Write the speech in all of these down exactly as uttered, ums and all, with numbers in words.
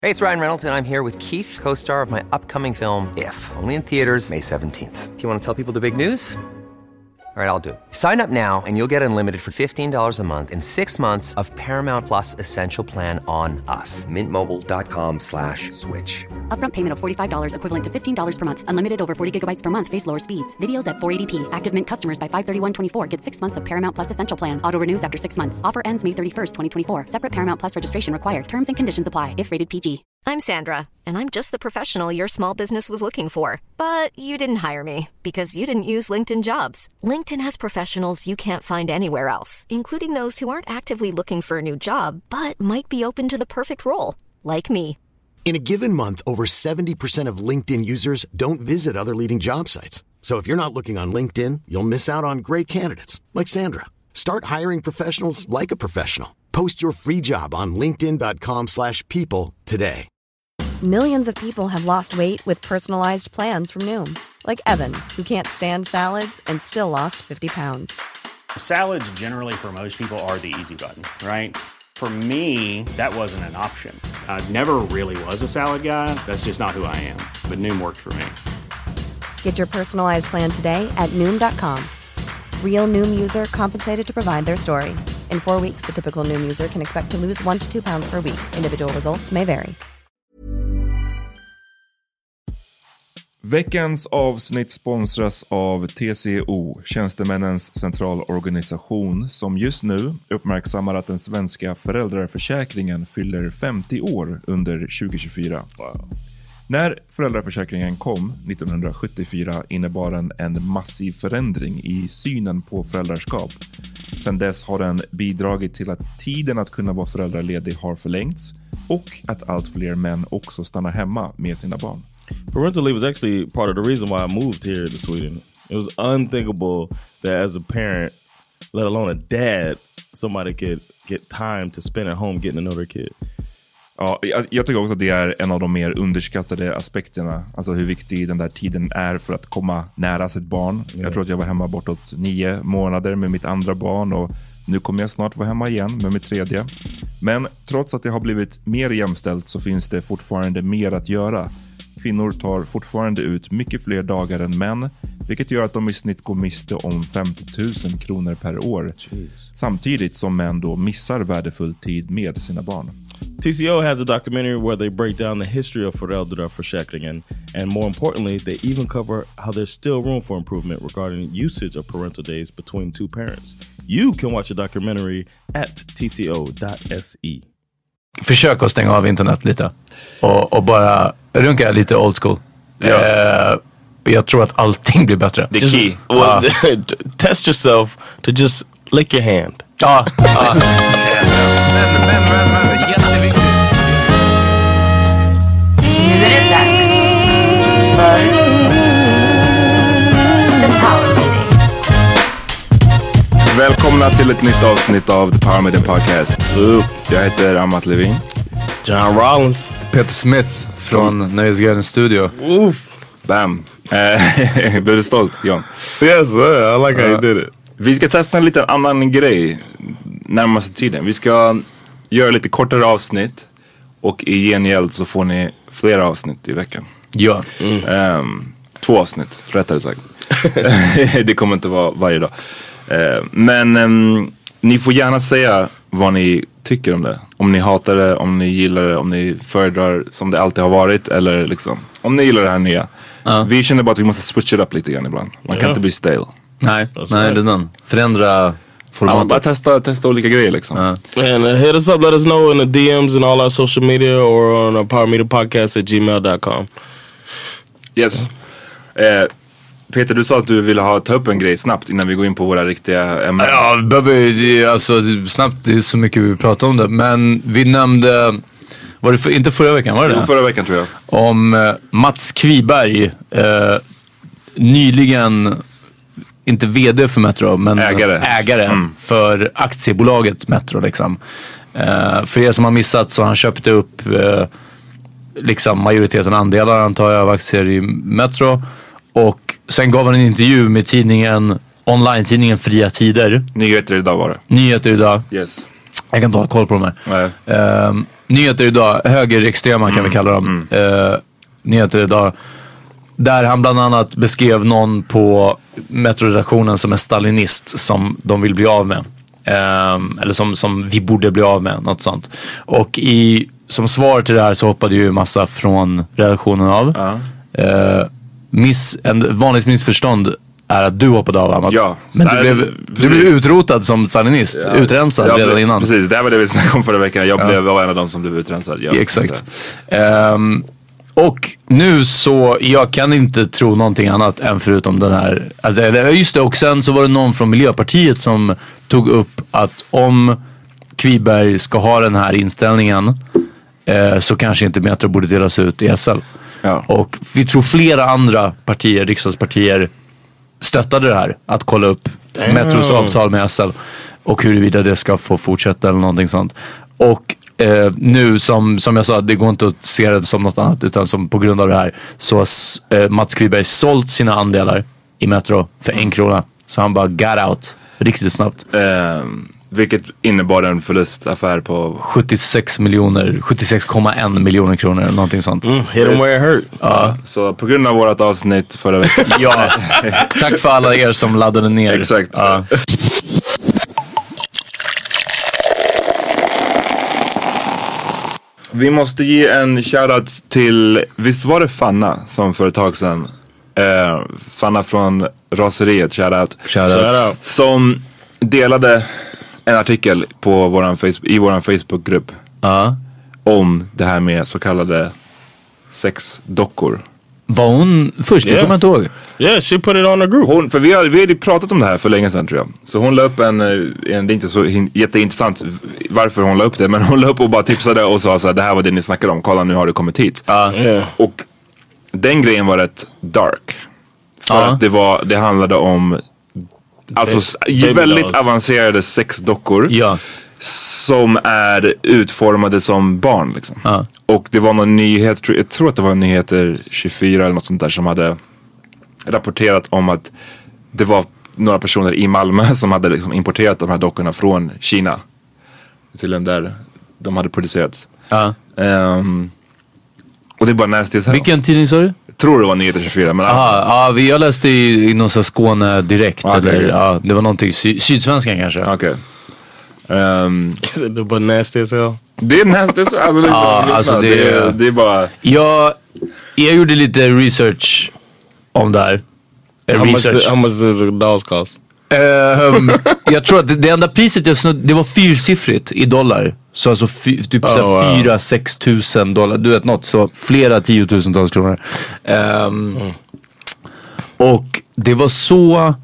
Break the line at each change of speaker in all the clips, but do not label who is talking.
Hey, it's Ryan Reynolds, and I'm here with Keith, co-star of my upcoming film, If, only in theaters May seventeenth. Do you want to tell people the big news? All right, I'll do it. Sign up now and you'll get unlimited for fifteen dollars a month and six months of Paramount Plus Essential Plan on us. Mint Mobile dot com slash switch.
Upfront payment of forty-five dollars equivalent to fifteen dollars per month. Unlimited over forty gigabytes per month. Face lower speeds. Videos at four eighty p. Active Mint customers by five thirty-one twenty-four get six months of Paramount Plus Essential Plan. Auto renews after six months. Offer ends May thirty-first, twenty twenty-four. Separate Paramount Plus registration required. Terms and conditions apply if rated P G.
I'm Sandra, and I'm just the professional your small business was looking for. But you didn't hire me because you didn't use LinkedIn Jobs. LinkedIn has professionals you can't find anywhere else, including those who aren't actively looking for a new job, but might be open to the perfect role, like me.
In a given month, over seventy percent of LinkedIn users don't visit other leading job sites. So if you're not looking on LinkedIn, you'll miss out on great candidates like Sandra. Start hiring professionals like a professional. Post your free job on linkedin dot com slash people today.
Millions of people have lost weight with personalized plans from Noom. Like Evan, who can't stand salads and still lost fifty pounds.
Salads generally for most people are the easy button, right? For me, that wasn't an option. I never really was a salad guy. That's just not who I am. But Noom worked for me.
Get your personalized plan today at Noom dot com. Real Noom user compensated to provide their story. In four weeks, the typical Noom user can expect to lose one to two pounds per week. Individual results may vary.
Veckans avsnitt sponsras av T C O, Tjänstemännens centralorganisation, som just nu uppmärksammar att den svenska föräldraförsäkringen fyller femtio år under tjugo tjugofyra. Wow. När föräldraförsäkringen kom nittonhundrasjuttiofyra innebar den en massiv förändring i synen på föräldraskap. Sedan dess har den bidragit till att tiden att kunna vara föräldraledig har förlängts och att allt fler män också stannar hemma med sina barn.
Parental leave was actually part of the reason why I moved here to Sweden. It was unthinkable that as a parent, let alone a dad, somebody could get time to spend at home getting to know their kid.
Ja, jag, jag tycker också att det är en av de mer underskattade aspekterna. Alltså hur viktig den där tiden är för att komma nära sitt barn. Yeah. Jag tror att jag var hemma bortåt nio månader med mitt andra barn och nu kommer jag snart vara hemma igen med mitt tredje. Men trots att det har blivit mer jämställt så finns det fortfarande mer att göra. Kvinnor tar fortfarande ut mycket fler dagar än män, vilket gör att de i snitt går miste om femtio tusen kronor per år. Jeez. Samtidigt som män då missar värdefull tid med sina barn.
T C O has a documentary where they break down the history of föräldraförsäkringen, and more importantly, they even cover how there's still room for improvement regarding usage of parental days between two parents. You can watch the documentary at t c o dot s e.
Försök att stänga av internet lite och, och bara runka lite old school. Ja. Eh, jag tror att allting blir bättre.
The just, key. Well, uh, test yourself to just lick your hand.
Ja. Uh, uh. men, men, men, men, jätteviktigt.
Nu är det dags för The Power Meeting.
Välkomna till ett nytt avsnitt av The Power Meeting Podcast. Jag heter Amat Levin.
John Rollins.
Peter Smith från Nöjesguiden Studio.
Oof. Bam. Blev du stolt, John?
Yes, sir. I like how you did it.
Vi ska testa en liten annan grej närmaste tiden. Vi ska göra lite kortare avsnitt och i gengäld så får ni flera avsnitt i veckan.
Ja.
Mm. Um, två avsnitt, rättare sagt. Det kommer inte vara varje dag. Uh, men um, ni får gärna säga vad ni tycker om det. Om ni hatar det, om ni gillar det, om ni föredrar som det alltid har varit, eller liksom, om ni gillar det här nya. Uh. Vi känner bara att vi måste switch it up lite grann ibland. Man kan yeah. inte bli stale.
Nej, nej, det är den. Förändra formatet.
Ja, bara testa, testa olika grejer liksom.
Uh. And uh, hit us up, let us know in the D Ms and all our social media or on our Power Meter Podcast at gmail dot com.
Yes. Yeah. Uh, Peter, du sa att du ville ha ta upp en grej snabbt innan vi går in på våra riktiga ämnen.
Ja, vi behöver, alltså snabbt, det är så mycket vi pratar om det. Men vi nämnde, var det för, inte förra veckan, var det
jo, förra veckan tror jag.
Om uh, Mats Kviberg, uh, nyligen, inte vd för Metro, men
ägare,
ägare mm. för aktiebolaget Metro liksom. Uh, för er som har missat så har han köpt upp uh, liksom majoriteten andelar antar jag av aktier i Metro. Och sen gav han en intervju med tidningen, online-tidningen Fria Tider.
Nyheter idag var det.
Nyheter idag.
Yes.
Jag kan inte ha koll på de här.
Nej.
Um, Nyheter idag, högerextrema kan
Mm.
vi kalla dem. Mm. Uh, Nyheter idag. Där han bland annat beskrev någon på Metro-redaktionen som en stalinist som de vill bli av med. Um, eller som, som vi borde bli av med, något sånt. Och i, som svar till det här så hoppade ju massa från redaktionen av.
Ja.
Uh, miss, en vanligt missförstånd är att du hoppade av, Amat.
Ja,
men du
här,
blev, du blev utrotad som stalinist,
ja,
utrensad
jag
redan
blev,
innan.
Precis, det här var det vi snackade om förra veckan. Jag
ja.
blev, var en av dem som blev utrensad. Ja,
exakt. Um, och nu så, jag kan inte tro någonting annat än förutom den här, alltså, just det, och sen så var det någon från Miljöpartiet som tog upp att om Kviberg ska ha den här inställningen eh, så kanske inte Metro borde delas ut i S L.
Ja.
Och vi tror flera andra partier, riksdagspartier stöttade det här, att kolla upp Damn. Metros avtal med S L och huruvida det ska få fortsätta eller någonting sånt. Och eh, nu som, som jag sa, det går inte att se det som något annat, utan som på grund av det här så har eh, Mats Kviberg sålt sina andelar i Metro för en krona. Så han bara got out riktigt snabbt.
Um. Vilket innebar en förlustaffär på
sjuttiosex miljoner, sjuttiosex komma en miljoner kronor eller någonting sånt.
Mm, hit them where it hurt.
Ja. Så på grund av vårt avsnitt förra veckan.
Ja, tack för alla er som laddade ner.
Exakt.
Ja.
Vi måste ge en shoutout till, visst var det Fanna som för ett tag sedan, eh, Fanna från Raseriet, shoutout.
Shoutout.
Shoutout.
Som delade en artikel på våran Facebook, i våran Facebookgrupp
uh.
om det här med så kallade sexdockor.
Var hon först?
Yeah.
Jag kommer inte ihåg.
Yeah, she put it on the group.
Hon, för vi har, vi har pratat om det här för länge sedan tror jag. Så hon la upp en, en det är inte så hin, jätteintressant varför hon la upp det, men hon la upp och bara tipsade och sa så här: det här var det ni snackade om, kolla nu har det kommit hit.
Uh.
Yeah.
Och den grejen var rätt dark. För
uh.
att det var, det handlade om alltså
Baby
väldigt
dolls.
avancerade sexdockor.
Ja.
Som är utformade som barn liksom.
Uh.
Och det var någon nyhet, jag tror att det var Nyheter tjugofyra eller något sånt där, som hade rapporterat om att det var några personer i Malmö som hade liksom importerat de här dockorna från Kina till den där de hade producerats.
Uh.
Um, och det är bara nasty as hell.
Vilken tidning sa du?
Jag tror det var Nyheter tjugofyra. Men
Aha, ja, jag läste i, i någon sån Skåne direkt.
Okay.
Eller, ja, det var någonting, sy- Sydsvenskan kanske.
Okej. Okay. Um,
Is it but nasty as hell?
det är nasty as hell. Alltså, det,
ja,
det,
alltså det,
det, är, det är bara...
Jag, jag gjorde lite research om det här.
How much,
Research.
did, how much did the dolls cost?
Um, jag tror att det, det enda priset jag snodde, det var fyrsiffrigt i dollar. Så alltså fy, typ
Oh, wow.
fyra, sex tusen dollar. Du vet något, så flera tiotusentals kronor. Um, mm. Och det var så...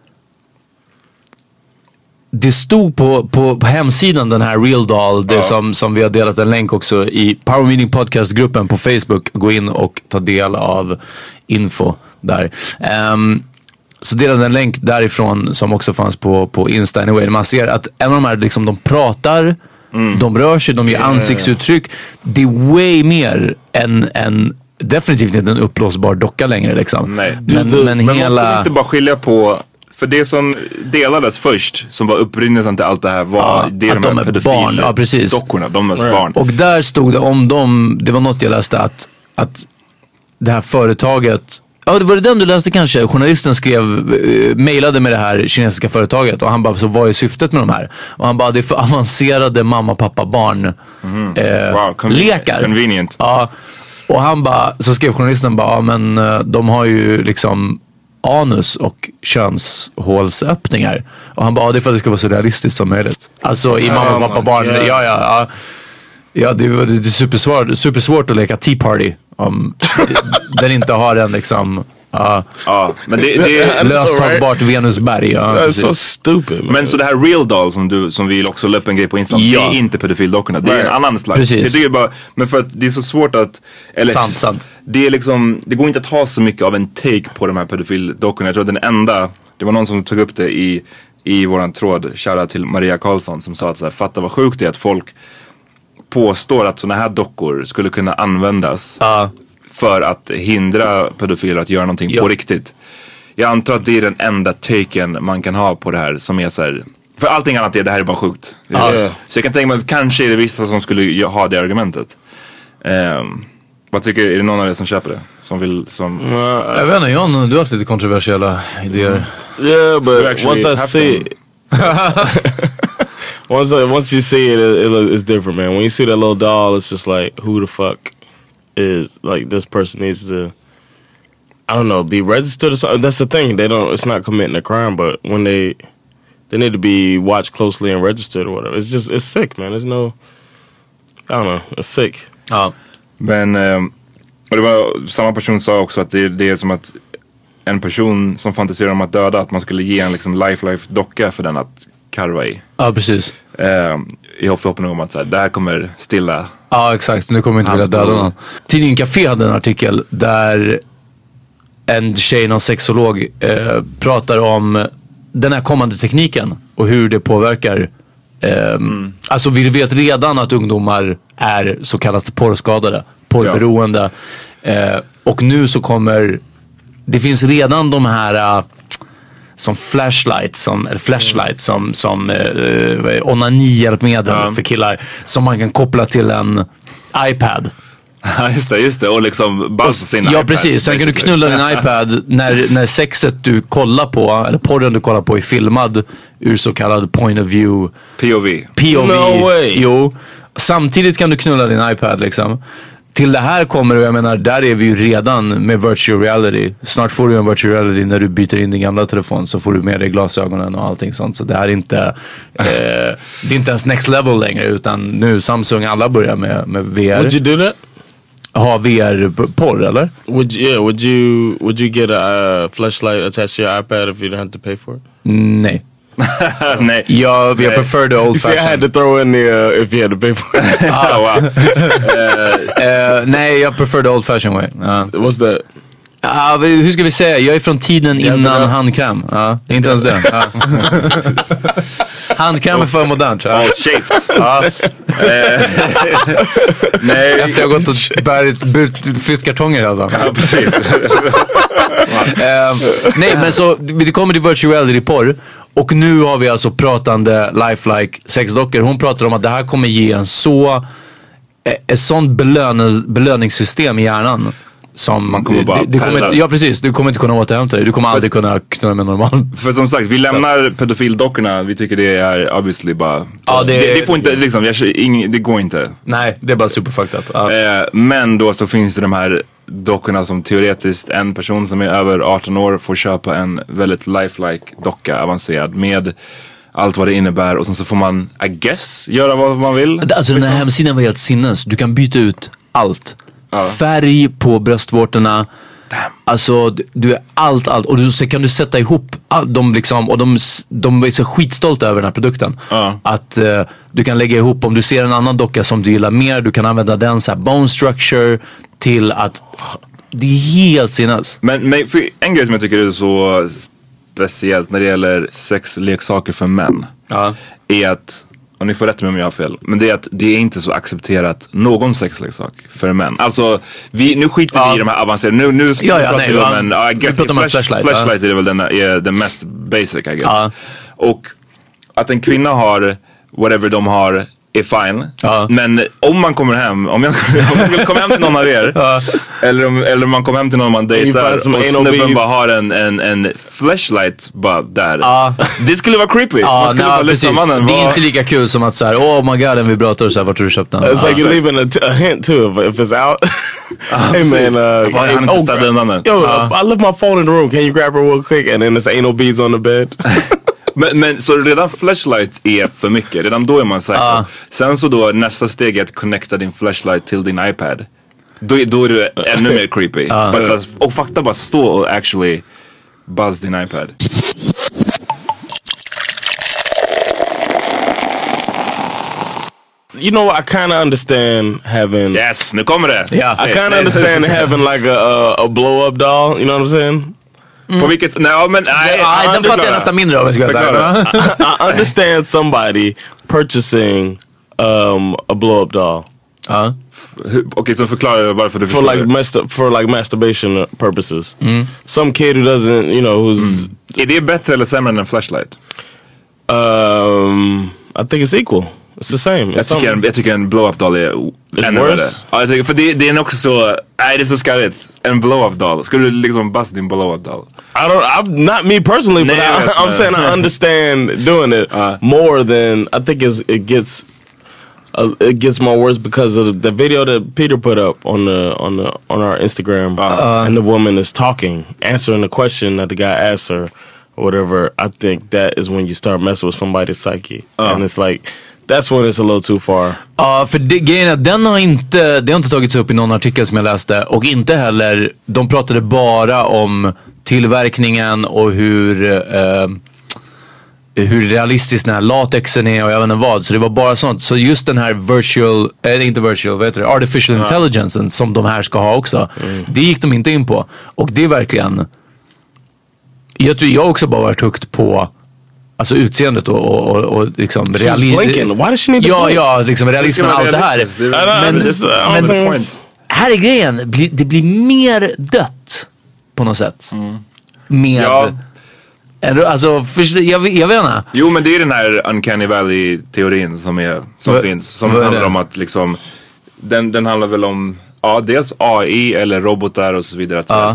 Det stod på, på, på hemsidan, den här Real Doll, det
ja.
som, som vi har delat en länk också i Power Meeting Podcast-gruppen på Facebook. Gå in och ta del av info där. Um, så delade en länk därifrån som också fanns på, på Insta anyway. Man ser att en av de här, liksom, de pratar, mm. de rör sig, de ger yeah. ansiktsuttryck. Det är way mer än en, definitivt inte en upplåsbar docka längre liksom.
Nej.
Men,
du,
men,
men
hela...
måste vi inte bara skilja på, för det som delades först, som var upprinnelsen till allt det här, var
ja,
det är de här pedofildockorna, ja, de är right. barn.
Och där stod det om dem, det var något jag läste, att, att det här företaget, ja, det var det den du läste kanske. Journalisten skrev, uh, mejlade med det här kinesiska företaget och han bara, så vad är syftet med de här? Och han bara, det är för avancerade mamma, pappa, barn
mm.
eh,
wow, conven-
lekar.
Convenient.
Ja. Och han bara, så skrev journalisten bara, ja men uh, de har ju liksom anus och könshålsöppningar. Och han bara, ja, det är för att det ska vara så realistiskt som möjligt. Alltså i mamma, oh pappa, barn. Ja, ja, ja. Ja, det, det, det är supersvårt, supersvårt att leka Tea Party om den inte har en liksom uh,
ja, men det, det är
löstagbart Venusberg. Ja,
that's so stupid. Man.
Men så det här Real Doll som du som vi också la upp en grej på Insta, ja. Det är inte pedofildockorna, det är right. en annan slags.
Precis.
Så det är bara, men för att det är så svårt att eller,
sant, sant.
Det är liksom, det går inte att ha så mycket av en take på de här pedofildockorna. Jag tror att den enda, det var någon som tog upp det i i våran tråd, shoutout till Maria Karlsson, som sa att så här, fatta vad sjukt det är att folk påstår att såna här dockor skulle kunna användas
uh.
för att hindra pedofiler att göra någonting ja. på riktigt. Jag antar att det är den enda taken man kan ha på det här som är så här, För allting annat är det här är bara sjukt.
Ah, yeah.
Så jag kan tänka mig att kanske är det vissa som skulle ha det argumentet. Um, vad tycker är det någon av er som köper det? Som vill som
uh, jag vet inte, John, du har haft lite kontroversiella idéer.
Yeah, but once I see it, once I, once you see it, it, it it's different, man. When you see that little doll, it's just like, who the fuck is like this person needs to, I don't know, be registered or something. That's the thing. They don't. It's not committing a crime, but when they they need to be watched closely and registered or whatever. It's just it's sick, man. There's no, I don't know. It's sick.
Ja.
Men um, och det var samma person sa också att det, det är som att en person som fantiserar om att döda, att man skulle ge en liksom life life docka för den att karva i.
Ja, precis.
Um, jag har förhoppning om att så här, det här kommer stilla.
Ja, exakt. Nu kommer inte vilja döda någon. Tidningen Café hade en artikel där en tjej, någon sexolog, eh, pratar om den här kommande tekniken och hur det påverkar. Eh, mm. Alltså vi vet redan att ungdomar är så kallat porrskadade, porrberoende. Ja. Eh, och nu så kommer, det finns redan de här uh, som flashlight, som, eller flashlight mm. som, som uh, onanihjälpmedel ja. för killar som man kan koppla till en iPad.
Ja, just det, just det. Och liksom buzza sin
ja,
iPad.
Precis. Sen kan du knulla din iPad när, när sexet du kollar på, eller porren du kollar på är filmad ur så kallad point of view.
P O V.
P O V.
No way.
Jo. Samtidigt kan du knulla din iPad liksom. Till det här kommer du, jag menar, där är vi ju redan med virtual reality. Snart får du en virtual reality när du byter in din gamla telefon, så får du med dig glasögonen och allting sånt. Så det här är inte eh, det är inte ens next level längre, utan nu Samsung alla börjar med, med V R.
Would you do that?
Ha V R-porr, eller?
Would you, yeah, would you would you get a uh, flashlight attached to your iPad if you didn't have to pay for it?
Nej.
Nej.
Jag, jag prefer the old
fashion. You see, I had to throw in the uh, if you had to pay for it.
Ah, wow. uh, uh, nej, jag prefer the old fashion way. Uh.
What's that?
Uh, hur ska vi säga? Jag är från tiden
yeah,
innan handkräm. Uh, inte ens det. Uh. Handkräm är för modernt.
Ja, shaved. Ja.
Nej. Efter jag har gått och bärt flyttkartonger alltså.
Ja, precis.
uh, nej, men så det kommer till virtual reality porr. Och nu har vi alltså pratande lifelike sexdockor. Hon pratar om att det här kommer ge en så ett sånt belön, belöningssystem i hjärnan som
man kommer bara
du, du kommer, ja precis, du kommer inte kunna återhämta dig. Du kommer aldrig kunna knulla med normal.
För som sagt, vi lämnar så. Pedofildockorna. Vi tycker det är obviously bara
ja, det,
det, det får inte liksom, jag, ing, det går inte.
Nej, det är bara super fucked up. Ja.
eh, Men då så finns det de här dockorna som teoretiskt en person som är över arton år får köpa en väldigt lifelike docka, avancerad, med allt vad det innebär, och sen så får man, I guess, göra vad man vill.
Alltså liksom. Den här hemsidan var helt sinnes. Du kan byta ut allt. Ja. Färg på bröstvårtorna. Damn. Alltså du är allt, allt. Och du, så kan du sätta ihop all, de liksom, och de, de är så skitstolta över den här produkten. Ja. Att uh, du kan lägga ihop, om du ser en annan docka som du gillar mer, du kan använda den så här bone structure till att det är helt sinnes.
Men, men för en grej som jag tycker är så speciellt när det gäller sexleksaker för män, ja. är att, och ni får rätta mig om jag har fel, men det är att det är inte så accepterat någon sexleksak för män. Alltså, vi, nu skiter ja. vi i de här avancerade, nu, nu
ja, ja,
pratar vi om en, I guess
vi
flash,
flashlight,
flashlight
ja.
är väl den, är den mest basic, I guess.
Ja.
Och att en kvinna har whatever de har är fine.
Ja.
Men om man kommer hem, om jag, om jag skulle komma hem till någon av er, ja. eller, om, eller om man kommer hem till någon man dejtar och snubben bara har en, en, en flashlight bara där. Ja. Det skulle vara creepy.
Ja,
man skulle
nej,
bara lyssna mannen.
Det är inte lika kul som att såhär, oh my god, en vibrator, såhär, vart har du köpt den?
It's like you're leaving a, t- a hint too if it's out. Hey man, uh,
han inte oh, ställde undan den.
Yo, uh. I left my phone in the room, can you grab her real quick? And then there's anal beads on the bed.
Men, men så redan flashlight är för mycket. Redan då är man säker. Uh. Sen så då nästa steg är att connecta din flashlight till din iPad. Då, då är du ännu mer creepy. Uh. För att, och fakta bara stå och actually buzz din iPad.
You know, I kind of understand having...
Yes, nu kommer det.
Yeah.
I kind of understand having like a, a, a blow-up doll. You know what I'm saying?
Mm. På vilket... Nej, men... Nej,
nej den fattar jag nästan mindre av. Jag ska
I, I understand somebody purchasing um, a blow-up doll.
Uh.
Okej, okay, så förklara varför du
for
förstår
like
det.
Mas- for like masturbation purposes.
Mm.
Some kid who doesn't, you know, who's...
Mm. Är det bättre eller sämre än en flashlight?
Um, I think it's equal. It's the same.
Jag tycker, en, jag tycker en blow-up doll är ännu värre. Ja, jag tycker, för det, det är också så, nej det är så skarrigt. En blow-up doll. Ska du liksom bust din blow-up doll?
I don't, I'm, not me personally, but I, I'm saying I understand doing it uh, more than, I think it's, it gets uh, it gets more worse because of the video that Peter put up on the on the on our Instagram, uh, and the woman is talking, answering the question that the guy asked her, or whatever. I think that is when you start messing with somebody's psyche, uh. and it's like that's when it's a little too far.
Ja, för det, grejen är, den har inte, det har inte tagits upp i någon artikel som jag läste, och inte heller, de pratade bara om tillverkningen och hur eh, hur realistisk den här latexen är och jag vet inte vad, så det var bara sånt. Så just den här virtual, eller inte virtual, vad heter det, artificial ja. intelligence som de här ska ha också, mm. det gick de inte in på, och det är verkligen, jag tror jag också bara varit högt på alltså utseendet och, och, och, och liksom realism. Ja, ja, liksom realismen och allt det här. Men, men, men här är grejen, det blir mer dött på något sätt. Mm. Med ja. Alltså, för, jag, jag vet inte.
Jo, men det är den här Uncanny Valley-teorin som, är, som v- finns. Som handlar det? om att liksom, den, den handlar väl om ja, dels A I eller robotar och så vidare. Att ja.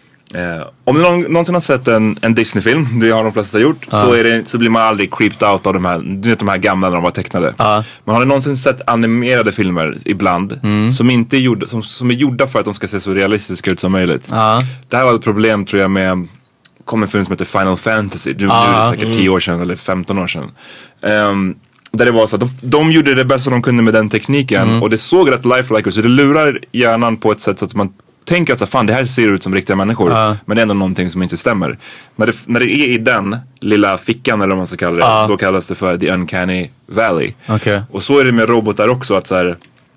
Eh, om du någon, någonsin har sett en, en Disney-film, det har de flesta gjort, uh. så, är det, så blir man aldrig creeped out av de här, du vet, de här gamla när de var tecknade. Uh. Man har någonsin sett animerade filmer ibland mm. som, inte är gjorda, som, som är gjorda för att de ska se så realistiska ut som möjligt. Uh. Det här var ett problem tror jag med, kom en film som heter Final Fantasy, du, uh. nu är det säkert tio år sedan eller femton år sedan. Um, där det var så att de, de gjorde det bästa de kunde med den tekniken mm. och det såg rätt lifelike ut, så det lurar hjärnan på ett sätt så att man tänker att så, fan, det här ser ut som riktiga människor, uh. men det är ändå någonting som inte stämmer. När det, när det är i den lilla fickan eller vad man ska kalla det, uh. då kallas det för the uncanny valley.
Okay.
Och så är det med robotar också, att så här,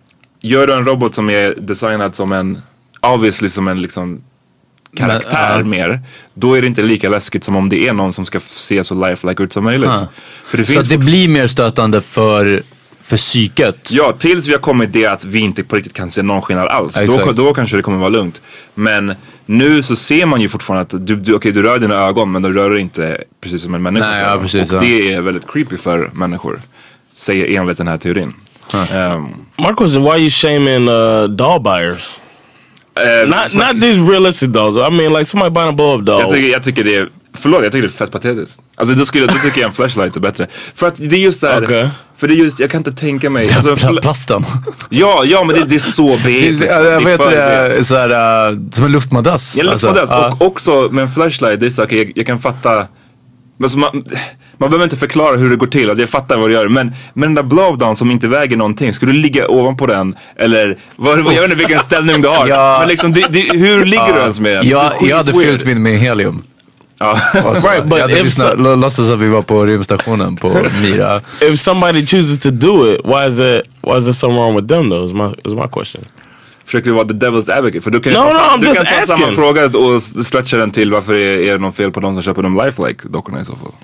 gör du en robot som är designad som en, obviously som en liksom karaktär men, uh. mer, då är det inte lika läskigt som om det är någon som ska se så lifelike ut som möjligt. Uh. För det
så
finns
att det blir mer stötande för för psyket.
Ja, tills vi har kommit det att vi inte på riktigt kan se någon skillnad alls. Då, då kanske det kommer vara lugnt. Men nu så ser man ju fortfarande att du, du, okay, du rör dina ögon, men du rör dig inte precis som en människa.
Nej, ja, precis,
och
ja.
det är väldigt creepy för människor, säger enligt den här teorin.
Huh. Um, My question, why are you shaming uh, doll buyers? Uh, not, not these realistic dolls. I mean like somebody buying a blow-up doll.
Jag tycker, jag tycker det är, förlåt, jag tycker det är fett patetiskt. Alltså då, skulle, då tycker jag en flashlight är bättre. För att det är just såhär, okay. För det är just, jag kan inte tänka mig alltså,
fl- Plasten.
Ja, ja men det, det är så big liksom.
Jag vet det är såhär, uh, som en luftmadrass.
Ja, luftmadrass, alltså, och uh. också med en flashlight. Det är så okay, jag, jag kan fatta. Alltså, man, man behöver inte förklara hur det går till, alltså, jag fattar vad du gör. Men, men den där blow-down som inte väger någonting, ska du ligga ovanpå den? Eller, vad, vad gör du, vilken ställning du har? Ja. Men liksom, det, det, hur ligger uh. du ens med den?
Ja, jag hade fyllt min med helium.
Ja.
Alltså, right, but if lyssna, so, låtsas att vi var på rymdstationen på Mira.
If somebody chooses to do it, why is it why is there something wrong with them though? Is my is my question.
Försöker du vara the devil's advocate? För du kan
no,
ta,
no,
sam-
I'm
du
just
kan ta
asking.
samma fråga och stretcha den till varför är, är det någon fel på de som köper de lifelike dockorna i så fall.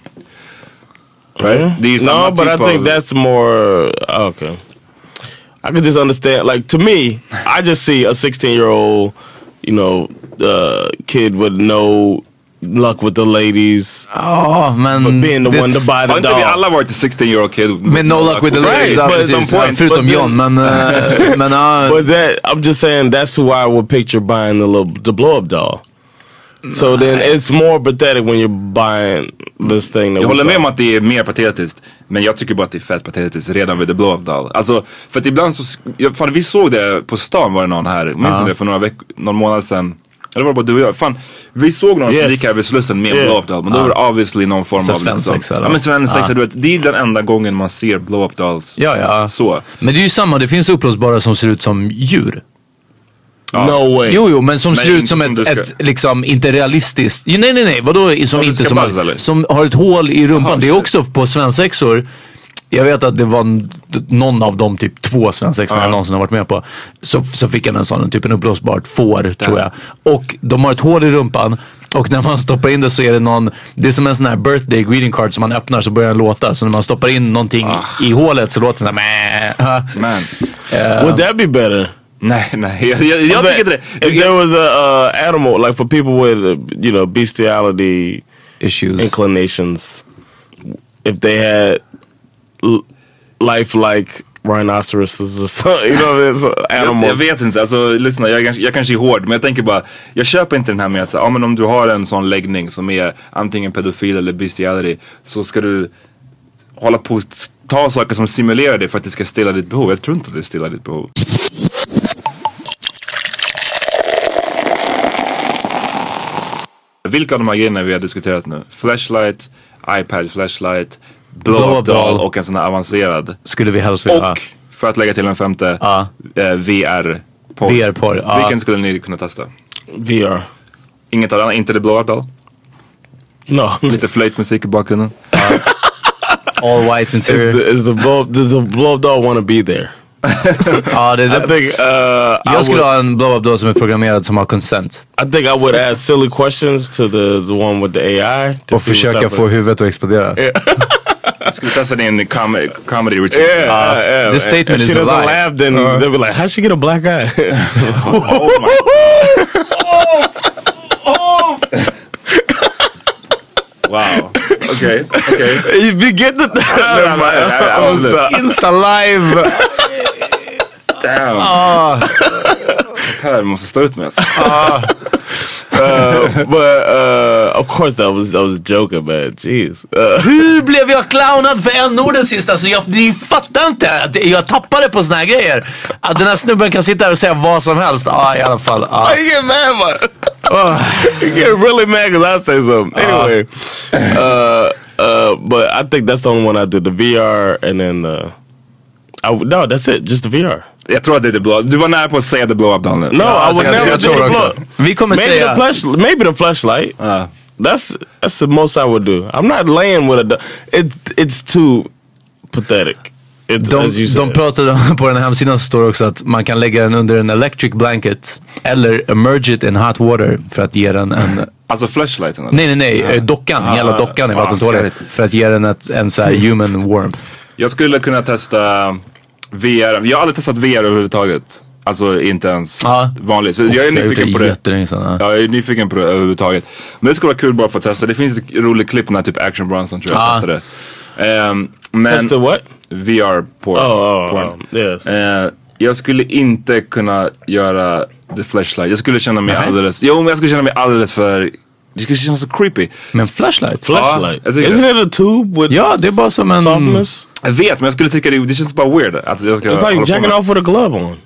Right?
Mm.
Det är ju
no, but I think
av,
that's more okay. I can just understand, like to me, I just see a sixteen year old, you know, uh, kid with no luck with the ladies.
Oh, men
but being the one to buy the
doll.
Har
inte vi alla varit a sixteen year old kid
med no luck with the ladies?
Right, but some point,
förutom John, men uh, men uh,
but that I'm just saying that's who I would picture buying the little the blow up doll. So then it's more pathetic when you're buying this thing that
jag håller med om att det är mer patetiskt, men jag tycker bara att det är fett patetiskt redan vid the blow-up doll. Alltså, för att ibland så, fan, vi såg det på stan, var det någon här, minns ni det för några veckor, någon månad sedan, eller var det bara du och jag? Fan, vi såg någon yes. som gick här vid Slussen med yeah. blow-up doll, men då var det obviously någon form
så
av
svensexa.
Ja, men svensexa, du vet, det är den enda gången man ser blow-up dolls.
Ja, ja.
Så.
Men det är ju samma, det finns uppblåsbara som ser ut som djur.
Ja. No way.
Jo, jo, men som
men
ser ut som, som ett, ett liksom inte realistiskt. Jo, nej, nej, nej. Vadå som, som inte som,
buzz,
som har ett hål i rumpan. Aha, det är också på svensexor. Jag vet att det var n- någon av de typ två svensexorna jag någonsin har varit med på. Så, så fick han en sån, typ en uppblåsbart får, där. Tror jag. Och de har ett hål i rumpan. Och när man stoppar in det så är det någon, det är som en sån här birthday greeting card som man öppnar så börjar den låta. Så när man stoppar in någonting ah. i hålet så låter det sån här
man.
Uh, Would that be better?
Nej, nej, jag, jag, jag tycker inte det.
If there was a uh, animal, like for people with, uh, you know, bestiality
issues,
inclinations, if they had l- life like rhinoceroses or something, you know, so animals.
Jag, jag vet inte, alltså lyssna, jag, jag kanske är hård, men jag tänker bara, jag köper inte den här med att ja, men om du har en sån läggning som är antingen pedofil eller bestiality, så ska du hålla på och ta saker som simulerar det för att det ska stilla ditt behov. Jag tror inte att det stillar ditt behov. Vilka av de här grejerna vi har diskuterat nu? Flashlight, iPad flashlight, blow-up doll och en sån här avancerad.
Skulle vi helst vilja.
Och för att lägga till en femte,
ja.
eh, V R-porr.
V R-porr, ja.
Vilken skulle ni kunna testa?
V R.
Inget av det, inte det blow-up doll?
No.
Lite flöjtmusik i bakgrunden.
Ja. All white interior.
Is the, is the blow, does the blow-up doll want to be there?
Ja, det är
I think, uh,
jag
I
skulle
would,
ha en blow-up doll som är programmerad som har consent.
I think I would ask silly questions to the, the one with the A I.
Och försöka få huvudet att explodera.
Yeah.
Jag skulle testa din com comedy routine.
Yeah, uh, yeah.
This statement
if
is
she
a
doesn't
lie.
laugh, then uh. they'll be like, how'd she get a black eye?
Oh my. Oh! Oh! Wow. Okay. Okay.
You get the
Never mind. I, I was the
Insta live.
Damn.
Ah.
Det måste stå ut med oss.
Ah.
uh, but uh, of course that was that was joking, man. Jeez. Uh.
Hur blev jag clownad för en orden sist? Alltså jag, ni fattar inte att jag tappade på såna här grejer. Att den här snubben kan sitta här och säga vad som helst. Ja, ah, i alla fall. Ah.
You get mad, man. Uh, you get really mad because I say something. Anyway, uh, uh, but I think that's the only one I do. The V R and then uh, I, no, that's it. Just the V R.
Jag tror att det är the blow. Du var nära på att säga the blow-up doll nu.
No, I would never do the blow.
Vi kommer
maybe
säga
the flash, maybe the flashlight.
Uh.
That's that's the most I would do. I'm not laying with a. Do- it it's too pathetic. It,
De,
as you
de pratade på den här hemsidan, så står det också att man kan lägga den under en electric blanket eller emerge it in hot water för att ge den en...
Alltså flashlighten? Eller?
Nej, nej, nej. Ja. Dockan. Ah, hela dockan är ah, vattentålig. För att ge den ett, en så här human warmth.
Jag skulle kunna testa V R. Jag har aldrig testat V R överhuvudtaget. Alltså inte ens
ah.
vanligt. Så jag är nyfiken på det.
Ja.
Jag är nyfiken på det överhuvudtaget. Men det skulle vara kul bara för att testa. Det finns ett roligt klipp när typ Action Bronson tror jag ah. testade. Um, men
Testa what?
V R porn.
Oh, oh, oh. Yes.
Uh, jag skulle inte kunna göra the flashlight. Jag skulle känna mig Nej. alldeles... Jo, men jag skulle känna mig alldeles för... Det skulle kännas så creepy.
Men flashlight?
Flashlight? Ja, isn't it a tube with...
Ja, det är bara som en...
softness?
Jag vet, men jag skulle tycka det, det känns bara weird. Alltså, jag ska
It's like jacking off with a glove on.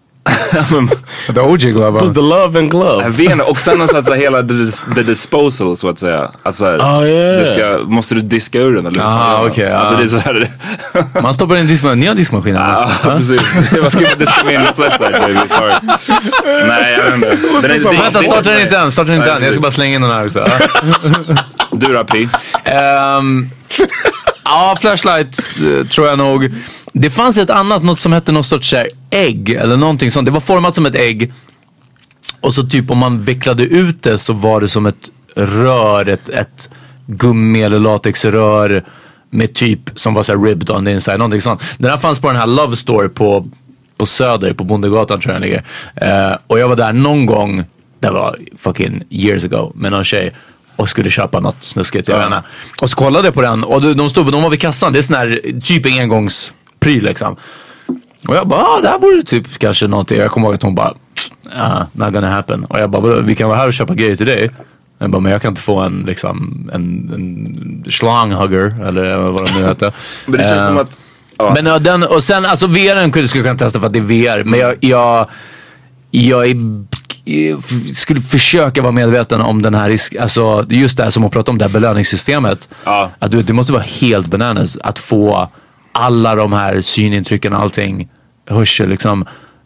The O G glove on.
What's the love and glove?
Jag vet, och sen så att säga hela the, the disposal så att säga. Alltså,
oh, yeah.
du ska, måste du diska ur den eller?
Ah, okej. Okay,
alltså
ah.
det är så här.
Man stoppar in diskmaskinen. Ni har diskmaskinen.
Ja, ah, precis. Vad ska man diska med en flashlight baby? Sorry. Nej, jag vet inte. Den är, det,
Vänta, starta den inte än. Starta den inte än. Jag ska bara slänga in den här också.
Du då, P?
Um, ja, flashlights uh, tror jag nog. Det fanns ett annat, något som hette något sorts här, ägg eller någonting sånt. Det var format som ett ägg. Och så typ om man vecklade ut det så var det som ett rör, ett, ett gummi eller latexrör med typ som var så här ribbed on the inside, någonting sånt. Den här fanns på den här Love Store på, på Söder, på Bondegatan tror jag ligger. Uh, och jag var där någon gång, det var fucking years ago, med någon tjej. Och skulle köpa något snuskigt, jag vet inte. Och så kollade jag på den och de, de stod, de var vid kassan. Det är sån här typ engångspryl liksom. Och jag bara, ah, det här vore typ kanske någonting. Jag kommer ihåg att hon bara, ah, not gonna happen. Och jag bara, vi kan vara här och köpa grejer till dig. Jag bara, men jag kan inte få en liksom en, en slanghugger eller vad det nu heter.
Men det känns uh, som att
ja. Men uh, den, och sen, alltså V R skulle jag kunna testa för att det är V R. Men jag, jag, jag är skulle försöka vara medveten om den här risk, alltså just det här som att prata om det här belöningssystemet.
Ja.
Att du, det måste vara helt bananas att få alla de här synintrycken och allting, hörsel liksom.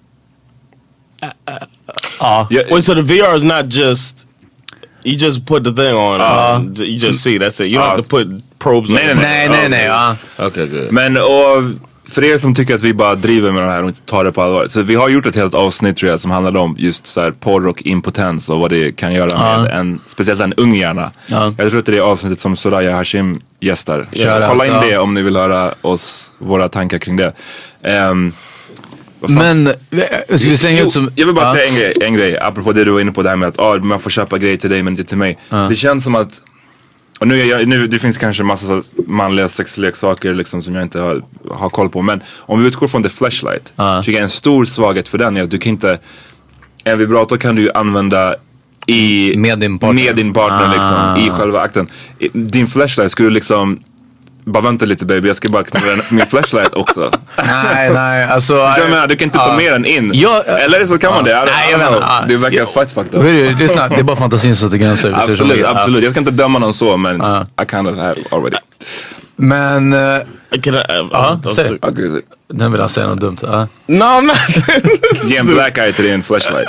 Ja.
Yeah, well, so the V R is not just you just put the thing on uh, and you just see, that's it. You don't uh, have to put probes
nej,
on.
Nej,
nej, nej, nej. Ja.
Okay, good.
Men och för er som tycker att vi bara driver med det här och inte tar det på allvar. Så vi har gjort ett helt avsnitt tror jag som handlar om just så här porr och impotens och vad det kan göra
ja.
med en, speciellt en ung hjärna. Ja. Jag tror att det är det avsnittet som Soraya Hashim gästar. Så kolla in ja. det om ni vill höra oss, våra tankar kring det. Um,
Men, ska vi slänga
jo,
ut som...
Jag vill bara
ja.
säga en grej, en grej, apropå det du var inne på det här med att ah, man får köpa grejer till dig men inte till mig.
Ja.
Det känns som att Och nu, jag, nu det finns kanske massa manliga sexleksaker liksom, som jag inte har, har koll på. Men om vi utgår från The Fleshlight, uh. tycker jag en stor svaghet för den är att du kan inte, en vibrator kan du ju använda i,
med din partner,
med din partner uh. liksom, i själva akten. Din Fleshlight skulle liksom, bara vänta lite baby, jag ska bara knulla min Fleshlight också.
Nej, nej, alltså
jag menar, du kan inte uh, ta med den in jag, uh, Eller så kan uh, man det,
nej, jag menar, uh,
det verkar fett fucked up.
Det, det, är snart, det är bara fantasin så att det gränser.
Absolut, absolut, jag ska inte döma någon så, men uh. I kind of have already.
Men uh,
can I, uh,
ja, uh, säg det.
Okay,
den vill han säga något dumt. Uh.
No, I'm not.
Ge en black eye till din Fleshlight.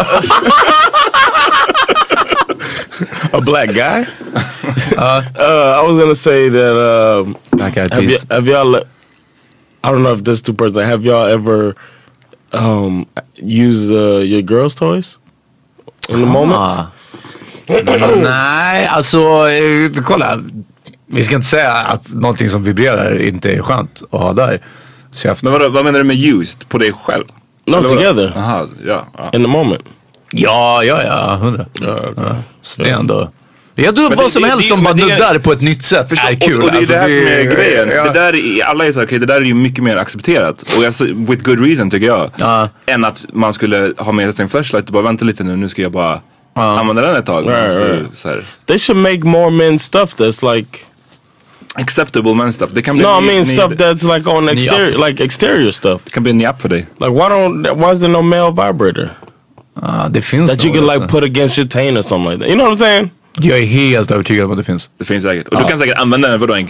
A black guy? uh, uh, I was gonna say that um,
black eyed
have, y- have y'all, I don't know if this is too personal, have y'all ever um, used uh, your girls' toys in the ah. moment?
Nej, alltså kolla, vi ska inte säga att någonting som vibrerar inte är skönt att ha där. Så
haft... Men vad, vad menar du med used? På dig själv?
No, eller together.
Aha, ja, ja.
In the moment.
Ja, ja, ja, hundra. Ja, okay. Ja. Så det är ändå... Jag tror vad som det, helst det, som bara nuddar på ett nytt sätt förstå, är kul.
Och, och det är
alltså,
det här
det,
som är grejen.
Ja.
Det där är, alla är så här, okay, det där är ju mycket mer accepterat. Och alltså, with good reason tycker jag. Ja. Än att man skulle ha med sin flashlight och bara vänta lite nu, nu ska jag bara ja. använda den ett tag.
Right, right. Så här. They should make more men stuff that's like...
acceptable men stuff. Det kan bli
no, I mean stuff that's like on exterior, like exterior stuff.
Det kan bli en njapp för dig.
Like why don't, why is there no male vibrator?
Ah, det finns
that you can like put against your taint or something like that. You know what I'm saying?
Jag är helt övertygad om att det finns.
Det finns säkert. Och ah. du kan säkert använda den för då en...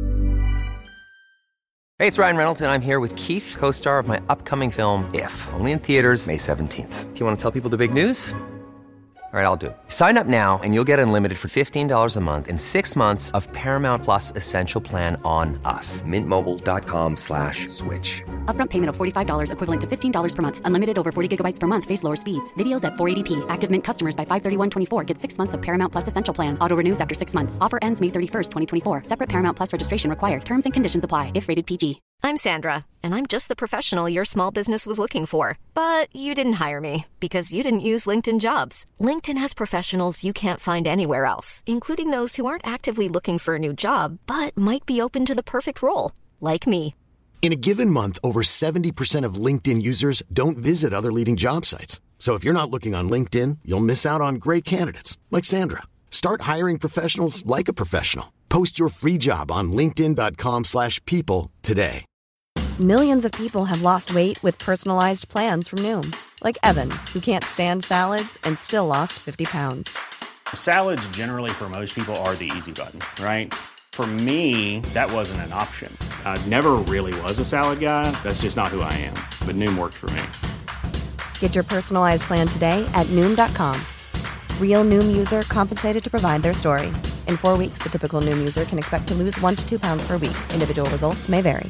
Hey, it's Ryan Reynolds and I'm here with Keith, co-star of my upcoming film If, only in theaters May seventeenth. Do you want to tell people the big news? All right, I'll do it. Sign up now and you'll get unlimited for fifteen dollars a month and six months of Paramount Plus Essential Plan on us. Mint Mobile dot com slash switch.
Upfront payment of forty-five dollars equivalent to fifteen dollars per month. Unlimited over forty gigabytes per month. Face lower speeds. Videos at four eighty p. Active Mint customers by five thirty-one twenty-four get six months of Paramount Plus Essential Plan. Auto renews after six months. Offer ends May thirty-first, twenty twenty-four. Separate Paramount Plus registration required. Terms and conditions apply if rated P G.
I'm Sandra, and I'm just the professional your small business was looking for. But you didn't hire me because you didn't use LinkedIn Jobs. LinkedIn has professionals you can't find anywhere else, including those who aren't actively looking for a new job, but might be open to the perfect role, like me.
In a given month, over seventy percent of LinkedIn users don't visit other leading job sites. So if you're not looking on LinkedIn, you'll miss out on great candidates like Sandra. Start hiring professionals like a professional. Post your free job on linkedin dot com slash people today.
Millions of people have lost weight with personalized plans from Noom. Like Evan, who can't stand salads and still lost fifty pounds.
Salads generally for most people are the easy button, right? For me, that wasn't an option. I never really was a salad guy. That's just not who I am. But Noom worked for me.
Get your personalized plan today at Noom dot com. Real Noom user compensated to provide their story. In four weeks, the typical Noom user can expect to lose one to two pounds per week. Individual results may vary.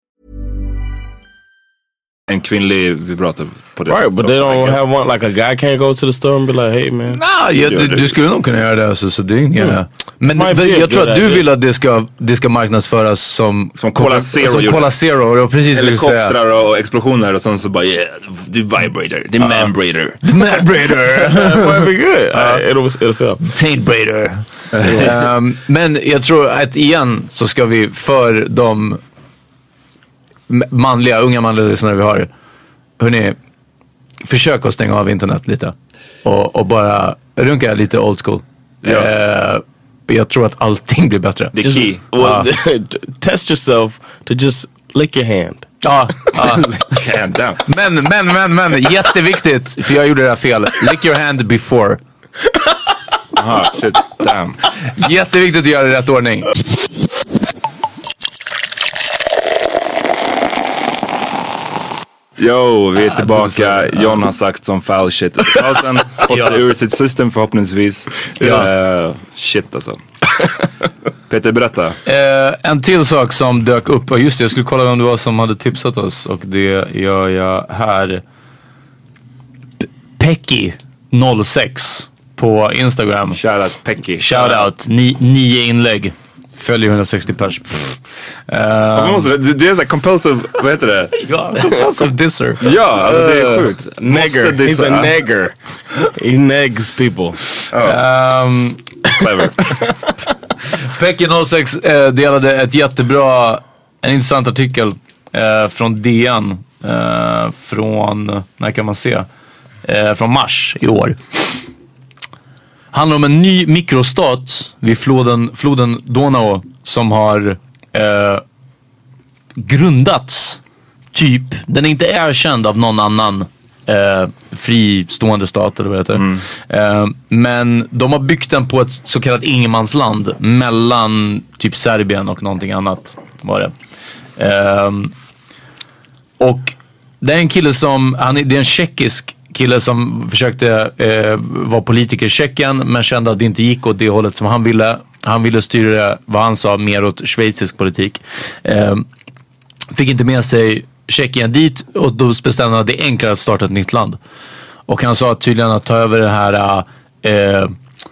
En kvinnlig vibrator på det.
Right, but they don't have one, like a guy can't go to the store and be like, hey man.
Nah, ja, du, du skulle nog kunna göra det alltså, så det är inga... Mm. Men jag, jag tror att du vill att det ska, det ska marknadsföras som...
Som Cola Zero.
Som Cola Zero, precis.
Helikoptrar och explosioner och sen så bara, yeah, the vibrator, the uh, manbrator.
The manbrator.
That'd be good. Uh, it'll, it'll sell.
Taintbrator. um, men jag tror att igen så ska vi för de... manliga, unga manliga lyssnare vi har. Hörrni, försök att stänga av internet lite. Och, och bara runka lite old school. Ja. Eh, jag tror att allting blir bättre.
Det är key.
Well, test yourself to just lick your hand.
Ja. ja.
Hand down.
Men, men, men, men. Jätteviktigt. För jag gjorde det här fel. Lick your hand before.
Aha, shit. Damn.
Jätteviktigt att göra det i rätt ordning.
Jo, vi är tillbaka. John har sagt som foul shit. Pausen, fått det ur sitt system förhoppningsvis. Ja. Uh, shit alltså. Peter, berätta.
Uh, en till sak som dök upp. Och just det, jag skulle kolla vem det var som hade tipsat oss. Och det gör jag här. P- Pecky noll sex på Instagram.
Shoutout Pecky.
Shoutout, Ni, nio inlägg. Följer hundrasextio pers.
Uh, måste, det, det är såhär compulsive, vad heter det?
Ja, compulsive disser.
Ja, alltså det är sjukt.
Negger, he's a negger. He negs people.
Oh. Um, Clever.
Peking noll sex eh, delade ett jättebra, en intressant artikel eh, från D N eh, från, när kan man se? Eh, från mars i år. Handlar om en ny mikrostat vid floden, floden Donau som har eh, grundats typ, den är inte erkänd av någon annan eh, fristående stat eller vad det heter. Mm. Eh, men de har byggt den på ett så kallat ingenmansland mellan typ Serbien och någonting annat var det. Eh, och det är en kille som, han är, det är en tjeckisk kille som försökte eh, vara politiker i Tjeckien men kände att det inte gick åt det hållet som han ville. Han ville styra, vad han sa, mer åt schweizisk politik. Eh, fick inte med sig Tjeckien dit och då bestämde han att det är enklare att starta ett nytt land. Och han sa tydligen att ta över den här eh,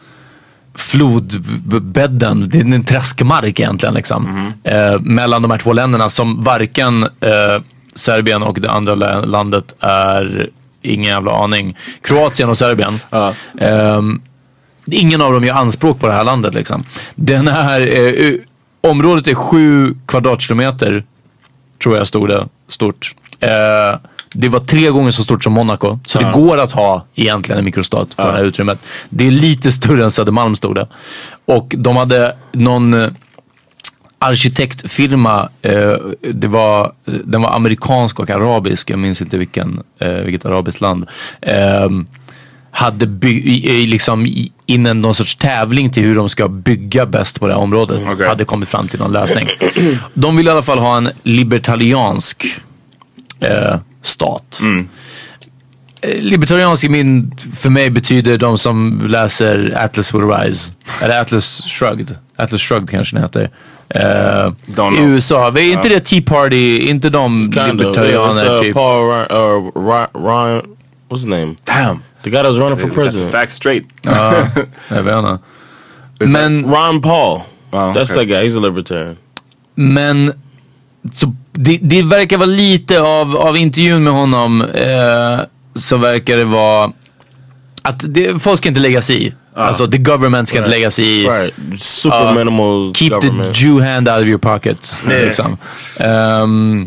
flodbädden, det är en träskmark egentligen liksom. Mm. Eh, mellan de här två länderna som varken eh, Serbien och det andra landet är ingen jävla aning. Kroatien och Serbien. Ja. Um, ingen av dem gör anspråk på det här landet liksom. Den här uh, området är sju kvadratkilometer tror jag stod det stort. Uh, det var tre gånger så stort som Monaco. Så ja. Det går att ha egentligen en mikrostat på ja. Det här utrymmet. Det är lite större än Södermalm stod det. Och de hade någon uh, arkitektfirma, eh, det var, den var amerikansk och arabisk, jag minns inte vilken, eh, vilket arabiskt land, eh, hade by- liksom innan någon sorts tävling till hur de ska bygga bäst på det här området, okay. hade kommit fram till någon lösning. De vill i alla fall ha en libertariansk eh, stat. Mm. Libertariansk i min, för mig betyder de som läser Atlas Will Rise, eller Atlas Shrugged, Atlas Shrugged kanske det heter. Uh, i U S A, är inte uh. det Tea Party, inte de libertarianer yeah, uh, typ
Paul Ryan, uh, Ryan, what's his name?
Damn,
the guy that was running for president.
Facts straight.
Ja, jag vet inte.
Men Ron Paul, oh, that's okay. That guy, he's a libertarian.
Men så, det, det verkar vara lite av, av intervjun med honom eh, så verkar det vara att det, folk ska inte lägga sig i. Ah. Alltså the government ska right. inte lägga sig i.
Right. Super uh, minimal
keep
government.
The Jew hand out of your pockets. Mm. Liksom. Um,